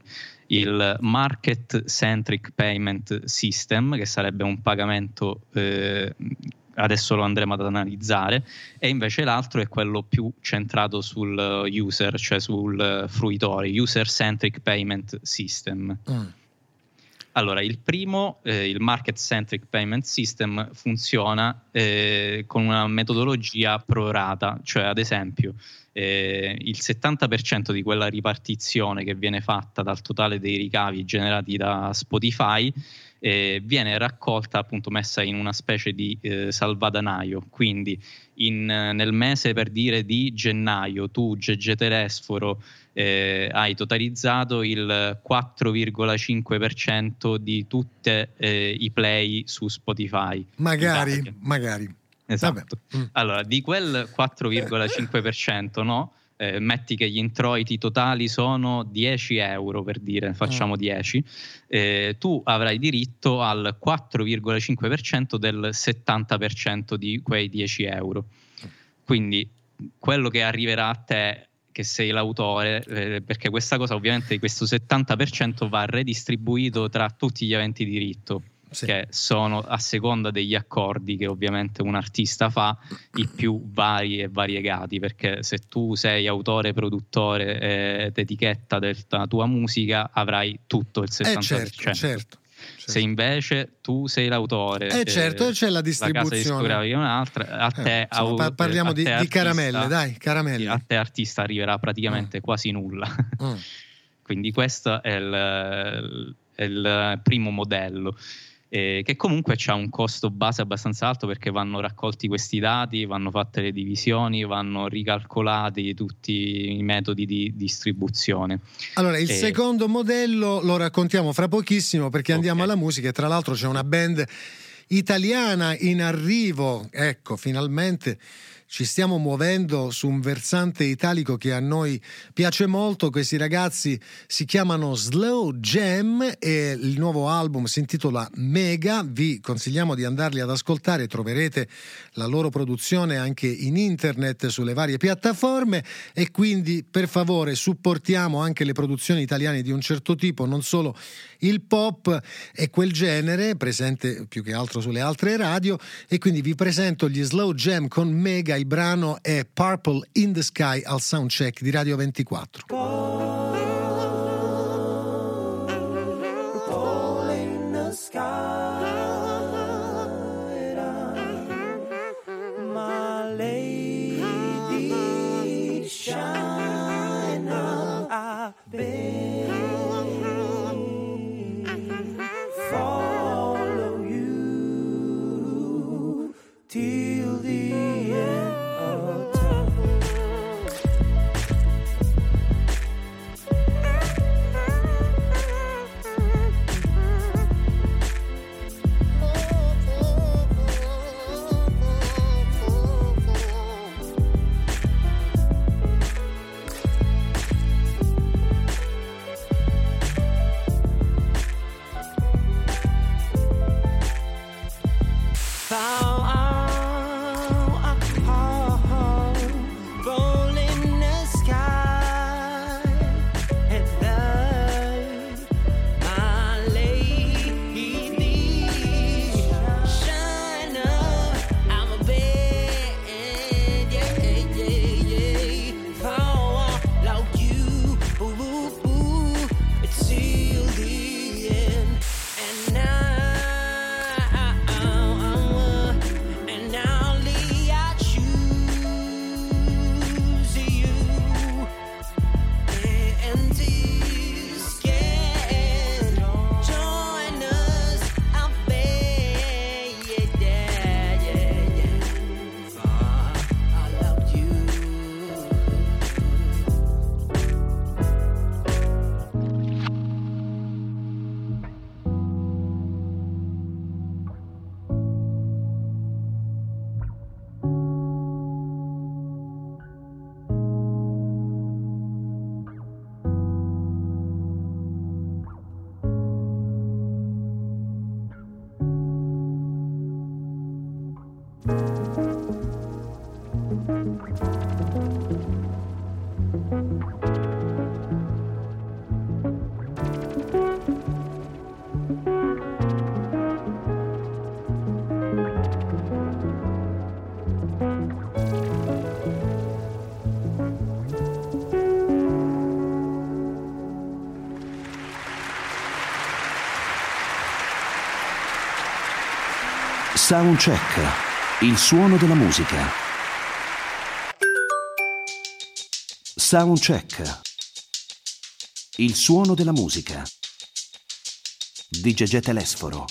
il Market Centric Payment System, che sarebbe un pagamento eh, adesso lo andremo ad analizzare, e invece l'altro è quello più centrato sul user, cioè sul fruitore, User Centric Payment System. Mm. Allora, il primo, eh, il Market Centric Payment System, funziona eh, con una metodologia pro rata, cioè ad esempio eh, il settanta per cento di quella ripartizione che viene fatta dal totale dei ricavi generati da Spotify Eh, viene raccolta, appunto messa in una specie di eh, salvadanaio. Quindi in, nel mese, per dire, di gennaio, tu G G Telesforo eh, hai totalizzato il quattro virgola cinque per cento di tutti eh, i play su Spotify. Magari, magari. Esatto. Mm. Allora, di quel quattro virgola cinque per cento, no? Eh, metti che gli introiti totali sono dieci euro, per dire, facciamo mm. dieci, eh, tu avrai diritto al quattro virgola cinque per cento del settanta per cento di quei dieci euro. Quindi quello che arriverà a te, che sei l'autore, eh, perché questa cosa ovviamente, questo settanta per cento va redistribuito tra tutti gli aventi diritto. Sì. Che sono a seconda degli accordi che ovviamente un artista fa, i più vari e variegati, perché se tu sei autore, produttore ed etichetta della tua musica avrai tutto il settanta per cento. Eh certo, certo, certo. Se invece tu sei l'autore, eh certo, eh, c'è la distribuzione, la casa discografica è un'altra, a te eh, insomma, par- parliamo a te di, artista, di caramelle, dai, caramelle. A te artista arriverà praticamente mm. quasi nulla. Mm. Quindi questo è il, è il primo modello. eh, che comunque c'ha un costo base abbastanza alto, perché vanno raccolti questi dati, vanno fatte le divisioni, vanno ricalcolati tutti i metodi di distribuzione. Allora, il e... secondo modello lo raccontiamo fra pochissimo, perché andiamo Okay. alla musica, e tra l'altro c'è una band italiana in arrivo. Ecco, finalmente ci stiamo muovendo su un versante italico che a noi piace molto. Questi ragazzi si chiamano Slow Jam e il nuovo album si intitola Mega. Vi consigliamo di andarli ad ascoltare, troverete la loro produzione anche in internet sulle varie piattaforme, e quindi per favore supportiamo anche le produzioni italiane di un certo tipo, non solo il pop e quel genere presente più che altro sulle altre radio. E quindi vi presento gli Slow Jam con Mega. Il brano è Purple in the Sky al Soundcheck di Radio ventiquattro. Till the end of time. Soundcheck, il suono della musica. Soundcheck, il suono della musica. Di Gegè Telesforo.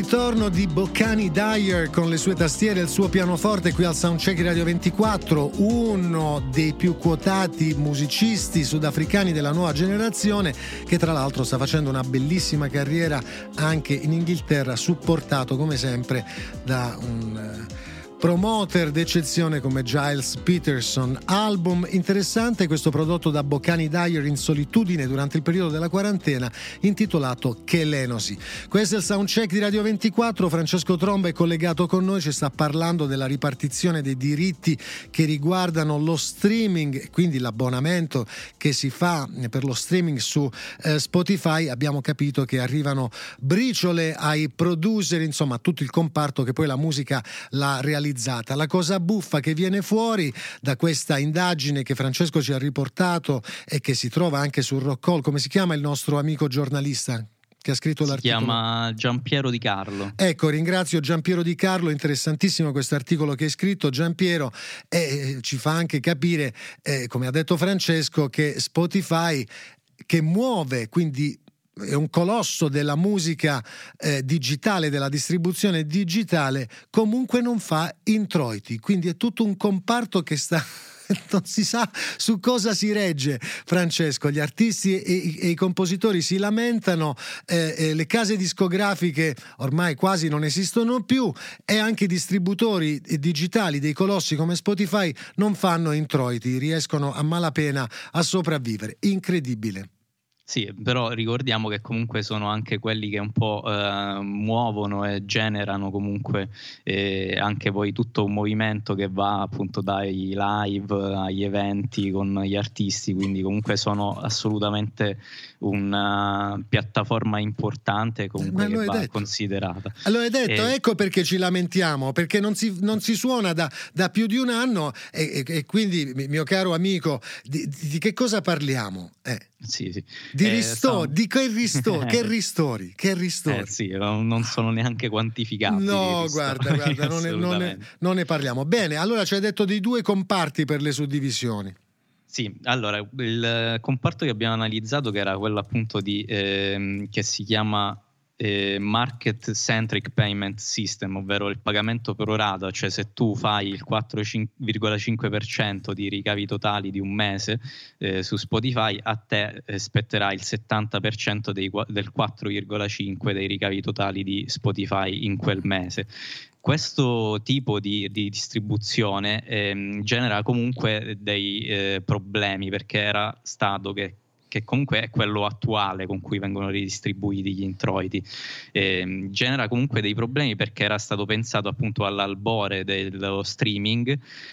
ritorno di Boccani Dyer con le sue tastiere e il suo pianoforte qui al Soundcheck Radio ventiquattro, uno dei più quotati musicisti sudafricani della nuova generazione, che tra l'altro sta facendo una bellissima carriera anche in Inghilterra, supportato come sempre da un promoter d'eccezione come Giles Peterson. Album interessante questo prodotto da Boccani Dyer in solitudine durante il periodo della quarantena, intitolato Chelenosi. Questo è il Soundcheck di Radio ventiquattro. Francesco Tromba è collegato con noi, ci sta parlando della ripartizione dei diritti che riguardano lo streaming, quindi l'abbonamento che si fa per lo streaming su eh, Spotify. Abbiamo capito che arrivano briciole ai producer, insomma a tutto il comparto che poi la musica la realizza. La cosa buffa che viene fuori da questa indagine che Francesco ci ha riportato e che si trova anche sul Rockall, come si chiama il nostro amico giornalista che ha scritto si l'articolo? Si chiama Giampiero Di Carlo. Ecco, ringrazio Giampiero Di Carlo, interessantissimo questo articolo che hai scritto Giampiero, e eh, ci fa anche capire, eh, come ha detto Francesco, che Spotify, che muove, quindi è un colosso della musica eh, digitale, della distribuzione digitale, comunque non fa introiti, quindi è tutto un comparto che sta non si sa su cosa si regge. Francesco, gli artisti e, e, e i compositori si lamentano, eh, eh, le case discografiche ormai quasi non esistono più e anche i distributori digitali dei colossi come Spotify non fanno introiti, riescono a malapena a sopravvivere. Incredibile. Sì, però ricordiamo che comunque sono anche quelli che un po' eh, muovono e generano comunque eh, anche poi tutto un movimento che va appunto dai live agli eventi con gli artisti, quindi comunque sono assolutamente una piattaforma importante comunque che va detto. considerata. Allora hai detto, e... ecco perché ci lamentiamo, perché non si, non si suona da, da più di un anno e, e, e quindi mio caro amico, di, di, di che cosa parliamo? Eh. Sì, sì. Di eh, ristori, so... di che ristori, che ristori, che ristori. Eh, sì, non sono neanche quantificabili. No, guarda, guarda, non ne, non, ne, non ne parliamo. Bene, allora ci hai detto dei due comparti per le suddivisioni. Sì, allora il comparto che abbiamo analizzato, che era quello appunto di eh, che si chiama eh, Market Centric Payment System, ovvero il pagamento pro rata, cioè se tu fai il quattro virgola cinque per cento di ricavi totali di un mese eh, su Spotify, a te eh, spetterà il settanta per cento dei, del quattro virgola cinque per cento dei ricavi totali di Spotify in quel mese. Questo tipo di, di distribuzione ehm, genera comunque dei eh, problemi, perché era stato che che comunque è quello attuale con cui vengono ridistribuiti gli introiti, eh, genera comunque dei problemi perché era stato pensato appunto all'albore dello streaming,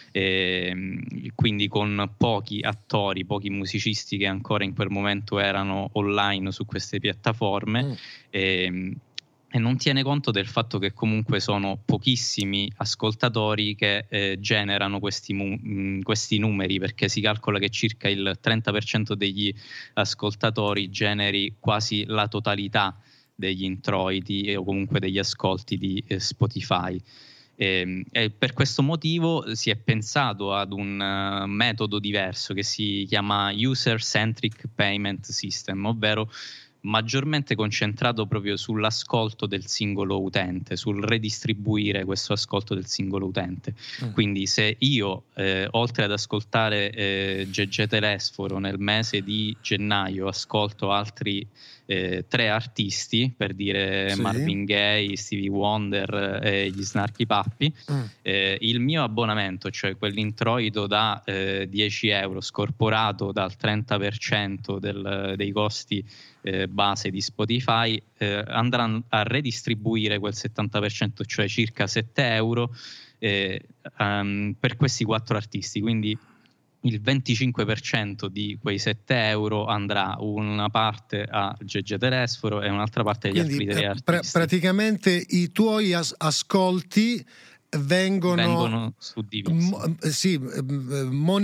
eh, quindi con pochi attori, pochi musicisti che ancora in quel momento erano online su queste piattaforme, mm. eh, e non tiene conto del fatto che comunque sono pochissimi ascoltatori che eh, generano questi, mu- mh, questi numeri, perché si calcola che circa il trenta per cento degli ascoltatori generi quasi la totalità degli introiti o comunque degli ascolti di eh, Spotify. E, e per questo motivo si è pensato ad un uh, metodo diverso che si chiama User Centric Payment System, ovvero maggiormente concentrato proprio sull'ascolto del singolo utente, sul redistribuire questo ascolto del singolo utente. Mm. Quindi se io, eh, oltre ad ascoltare eh, Gegè Telesforo nel mese di gennaio, ascolto altri eh, tre artisti, per dire sì. Marvin Gaye, Stevie Wonder e gli Snarky Puppy, mm. eh, il mio abbonamento, cioè quell'introito da eh, dieci euro scorporato dal trenta per cento del, dei costi Eh, base di Spotify, eh, andranno a redistribuire quel settanta per cento, cioè circa sette euro eh, um, per questi quattro artisti. Quindi il venticinque per cento di quei sette euro andrà una parte a Gegè Telesforo e un'altra parte agli Quindi, altri tre artisti. Pra- praticamente i tuoi as- ascolti vengono, vengono suddivisi. M- sì,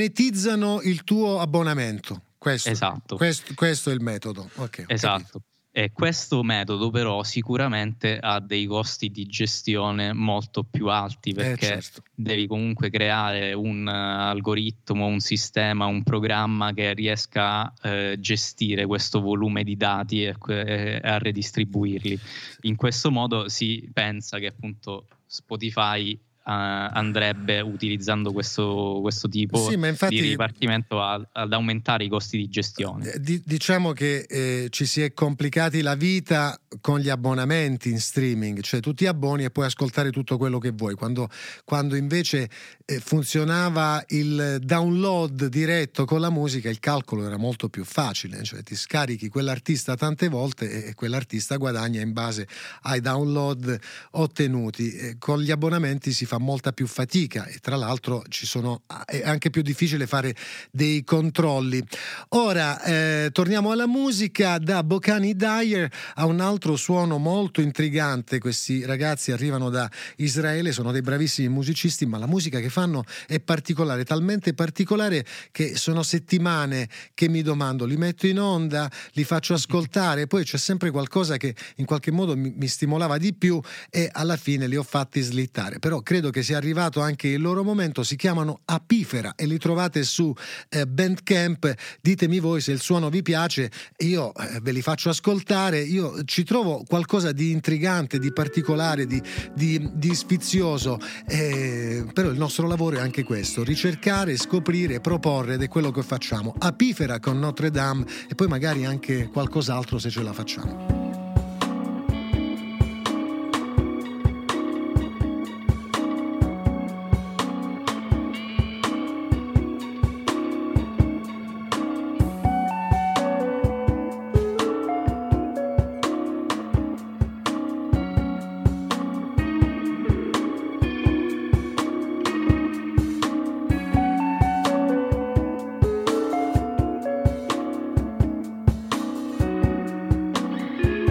monetizzano il tuo abbonamento. Questo, esatto. questo, questo è il metodo. Okay, esatto. E questo metodo però sicuramente ha dei costi di gestione molto più alti, perché eh, certo. devi comunque creare un uh, algoritmo, un sistema, un programma che riesca a uh, gestire questo volume di dati e, e a redistribuirli. In questo modo si pensa che appunto Spotify Uh, andrebbe, utilizzando questo, questo tipo sì, ma infatti, di ripartimento a, ad aumentare i costi di gestione. D- diciamo che eh, ci si è complicati la vita con gli abbonamenti in streaming, cioè tu ti abboni e puoi ascoltare tutto quello che vuoi, quando, quando invece eh, funzionava il download diretto con la musica, il calcolo era molto più facile, cioè ti scarichi quell'artista tante volte e quell'artista guadagna in base ai download ottenuti. Eh, con gli abbonamenti si fa molta più fatica e tra l'altro ci sono, è anche più difficile fare dei controlli. Ora eh, torniamo alla musica. Da Bocani Dyer a un altro suono molto intrigante. Questi ragazzi arrivano da Israele, sono dei bravissimi musicisti, ma la musica che fanno è particolare, talmente particolare che sono settimane che mi domando, li metto in onda, li faccio ascoltare, poi c'è sempre qualcosa che in qualche modo mi, mi stimolava di più e alla fine li ho fatti slittare. Però credo che sia arrivato anche il loro momento. Si chiamano Apifera e li trovate su eh, Bandcamp. Ditemi voi se il suono vi piace, io eh, ve li faccio ascoltare. Io ci trovo qualcosa di intrigante, di particolare, di, di, di sfizioso, eh, però il nostro lavoro è anche questo: ricercare, scoprire, proporre, ed è quello che facciamo. Apifera con Notre Dame e poi magari anche qualcos'altro se ce la facciamo. Thank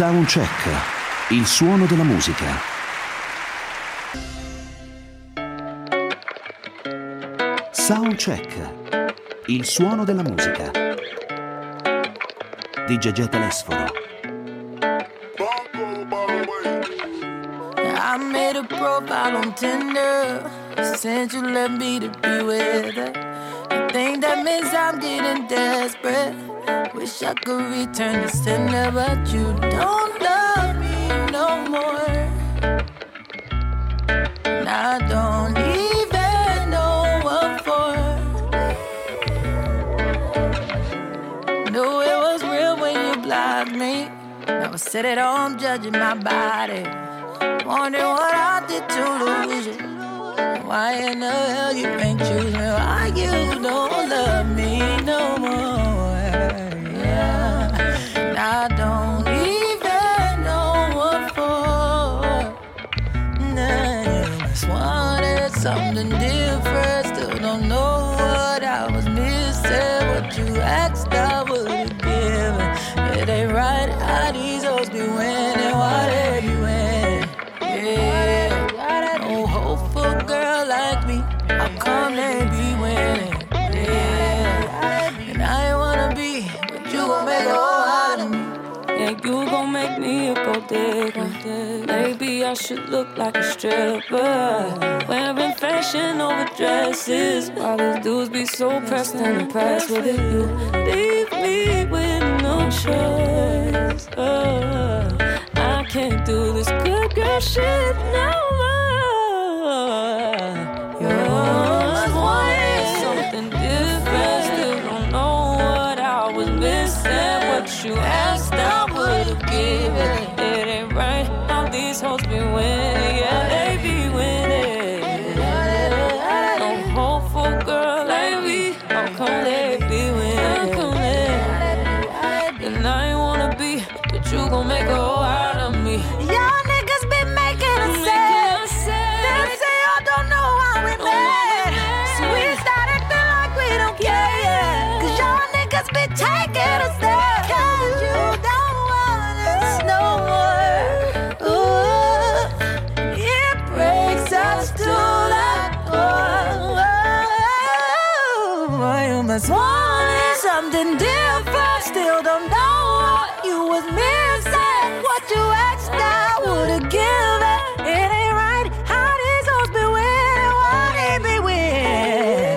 Soundcheck, il suono della musica. Soundcheck, il suono della musica. D J Telesforo. I made a profile on Tinder, since you left me to be with her. I think that means I'm getting desperate. Wish I could return the sender, but you don't love me no more. And I don't even know what for. Knew it was real when you blocked me. Now I sit at home judging my body, wondering what I did to lose you. Why in the hell you ain't choose me? Why you don't love me no more? Yeah, and I don't even know what for. Nah, just wanted something different. Still don't know what I was missing. What you asked, I would've given. It ain't right how these hoes be winning. Why they be winning? Yeah, no hopeful girl like me. How come they be winning? Yeah, and I ain't wanna be, but you gon' make a whole out of me. Yeah, you gon' make me a gold digger. Maybe I should look like a stripper, wearing fashion over dresses, while these dudes be so pressed and impressed with it. You leave me with no choice. Oh, I can't do this good girl shit no more. You always wanted something different. Still don't know what I was missing. What you asked, I would've given. It ain't right how these hoes be winning. Yeah, they be winning. No hopeful girl like me. How come they be winning? How come they? And I ain't wanna be, but you gon' make a whole out of me. Y'all niggas be making a sad. They say I don't know how we met. So we start acting like we don't care. Cause y'all niggas be taking us there. Cause you don't want us no more. Ooh, it breaks us to the core. You must want something different. Still don't know what you was missing. What you asked, I would've given. It ain't right how these hoes be winning. Why they be winning?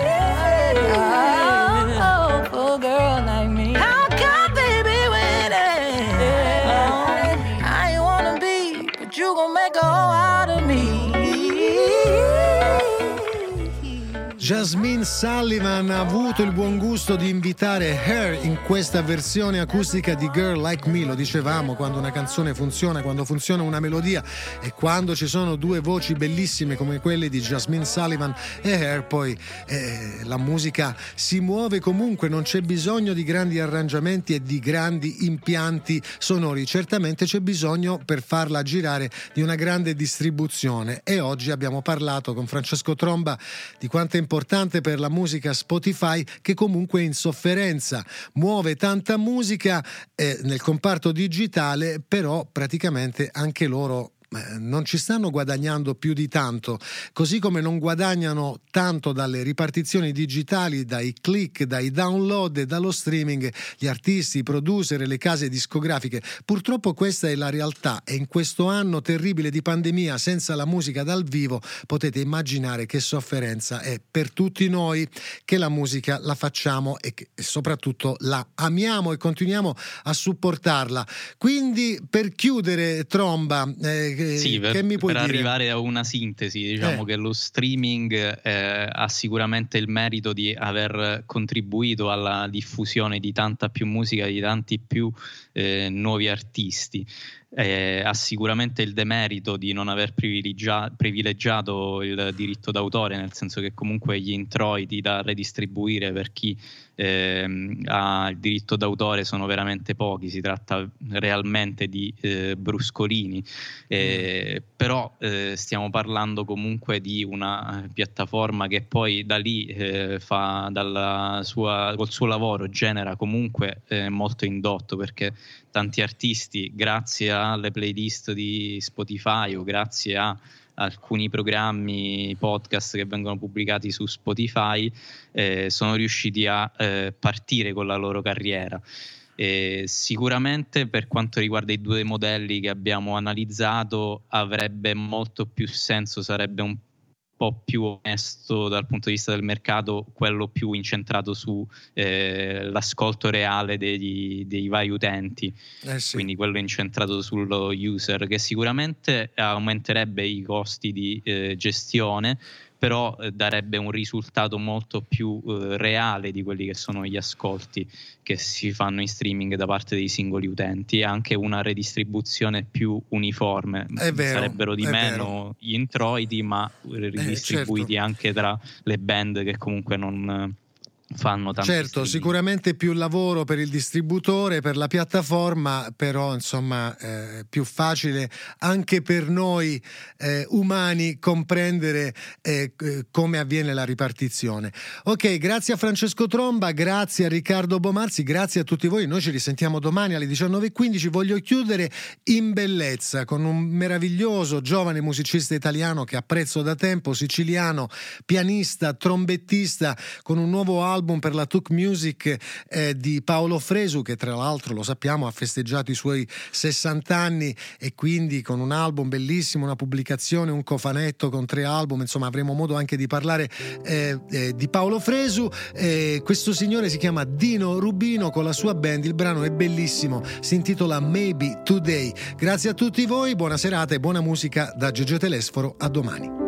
Oh, oh, for a girl like me, how come they be winning? Oh, I ain't wanna be, but you gon' make a whole out of me. Jasmine Sullivan ha avuto il buon gusto di invitare Her in questa versione acustica di Girl Like Me. Lo dicevamo, quando una canzone funziona, quando funziona una melodia e quando ci sono due voci bellissime come quelle di Jasmine Sullivan e Her, poi eh, la musica si muove comunque, non c'è bisogno di grandi arrangiamenti e di grandi impianti sonori. Certamente c'è bisogno, per farla girare, di una grande distribuzione, e oggi abbiamo parlato con Francesco Tromba di quanto è importante per la musica Spotify, che comunque è in sofferenza, muove tanta musica eh, nel comparto digitale, però praticamente anche loro non ci stanno guadagnando più di tanto, così come non guadagnano tanto dalle ripartizioni digitali, dai click, dai download e dallo streaming gli artisti, i producer e le case discografiche. Purtroppo questa è la realtà, e in questo anno terribile di pandemia senza la musica dal vivo potete immaginare che sofferenza è per tutti noi che la musica la facciamo e che soprattutto la amiamo e continuiamo a supportarla. Quindi, per chiudere, Tromba, eh, Sì, per, che mi puoi per dire? arrivare a una sintesi, diciamo Eh. che lo streaming eh, ha sicuramente il merito di aver contribuito alla diffusione di tanta più musica, di tanti più eh, nuovi artisti. Eh, ha sicuramente il demerito di non aver privilegia- privilegiato il diritto d'autore, nel senso che comunque gli introiti da redistribuire per chi ehm, ha il diritto d'autore sono veramente pochi, si tratta realmente di eh, bruscolini, eh, mm. però eh, stiamo parlando comunque di una piattaforma che poi da lì eh, fa dalla sua, col suo lavoro genera comunque eh, molto indotto, perché tanti artisti, grazie alle playlist di Spotify o grazie a alcuni programmi podcast che vengono pubblicati su Spotify, eh, sono riusciti a eh, partire con la loro carriera. Eh, sicuramente per quanto riguarda i due modelli che abbiamo analizzato avrebbe molto più senso, sarebbe un po' più onesto dal punto di vista del mercato quello più incentrato su eh, l'ascolto reale degli, dei vari utenti, eh sì. Quindi quello incentrato sullo user, che sicuramente aumenterebbe i costi di eh, gestione, però eh, darebbe un risultato molto più eh, reale di quelli che sono gli ascolti che si fanno in streaming da parte dei singoli utenti, e anche una redistribuzione più uniforme. È vero, sarebbero di è meno vero. gli introiti, ma ridistribuiti eh, certo. anche tra le band che comunque non fanno tanto. Certo, sicuramente più lavoro per il distributore, per la piattaforma, però insomma eh, più facile anche per noi eh, umani comprendere eh, come avviene la ripartizione. Ok, grazie a Francesco Tromba, grazie a Riccardo Bomarzi, grazie a tutti voi. Noi ci risentiamo domani alle diciannove e quindici. Voglio chiudere in bellezza con un meraviglioso giovane musicista italiano che apprezzo da tempo, siciliano, pianista, trombettista, con un nuovo album album per la Tuc Music eh, di Paolo Fresu, che tra l'altro, lo sappiamo, ha festeggiato i suoi sessanta anni, e quindi con un album bellissimo, una pubblicazione, un cofanetto con tre album, insomma avremo modo anche di parlare eh, eh, di Paolo Fresu. Eh, questo signore si chiama Dino Rubino con la sua band, il brano è bellissimo, si intitola Maybe Today. Grazie a tutti voi, buona serata e buona musica da Gegè Telesforo, a domani.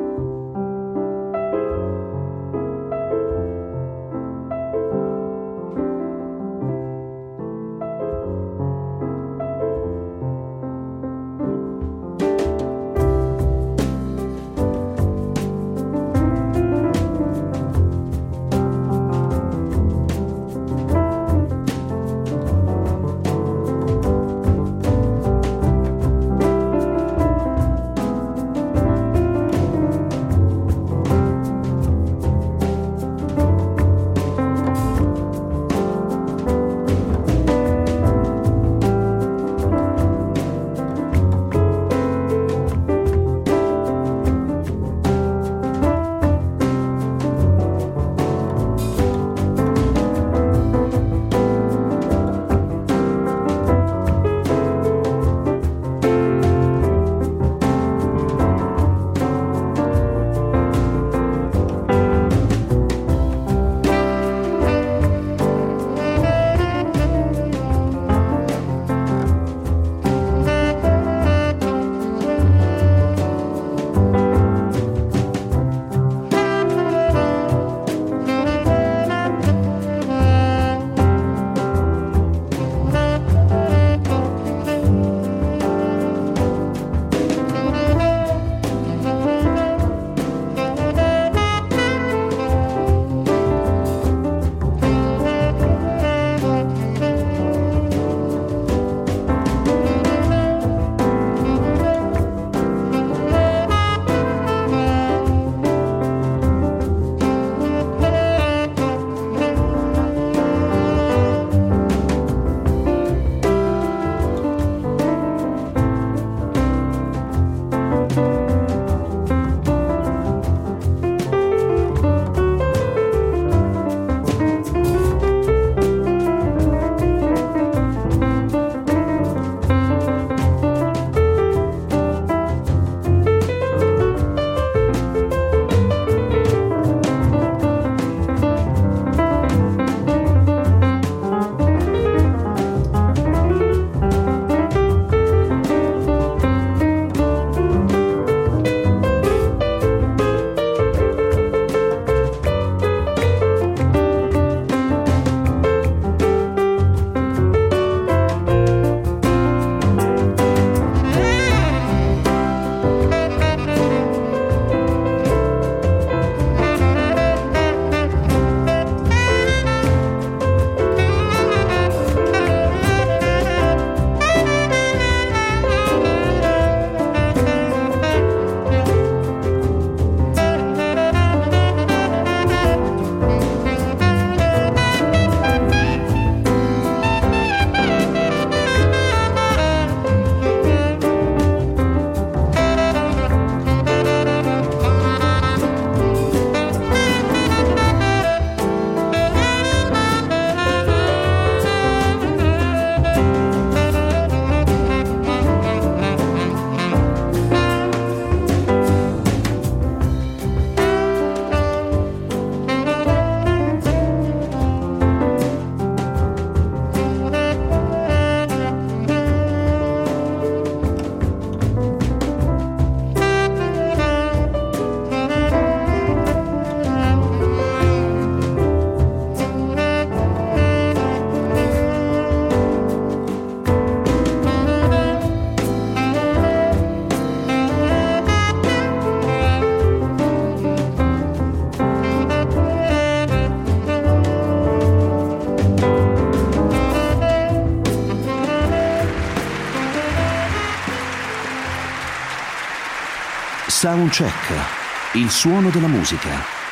Soundcheck, il suono della musica.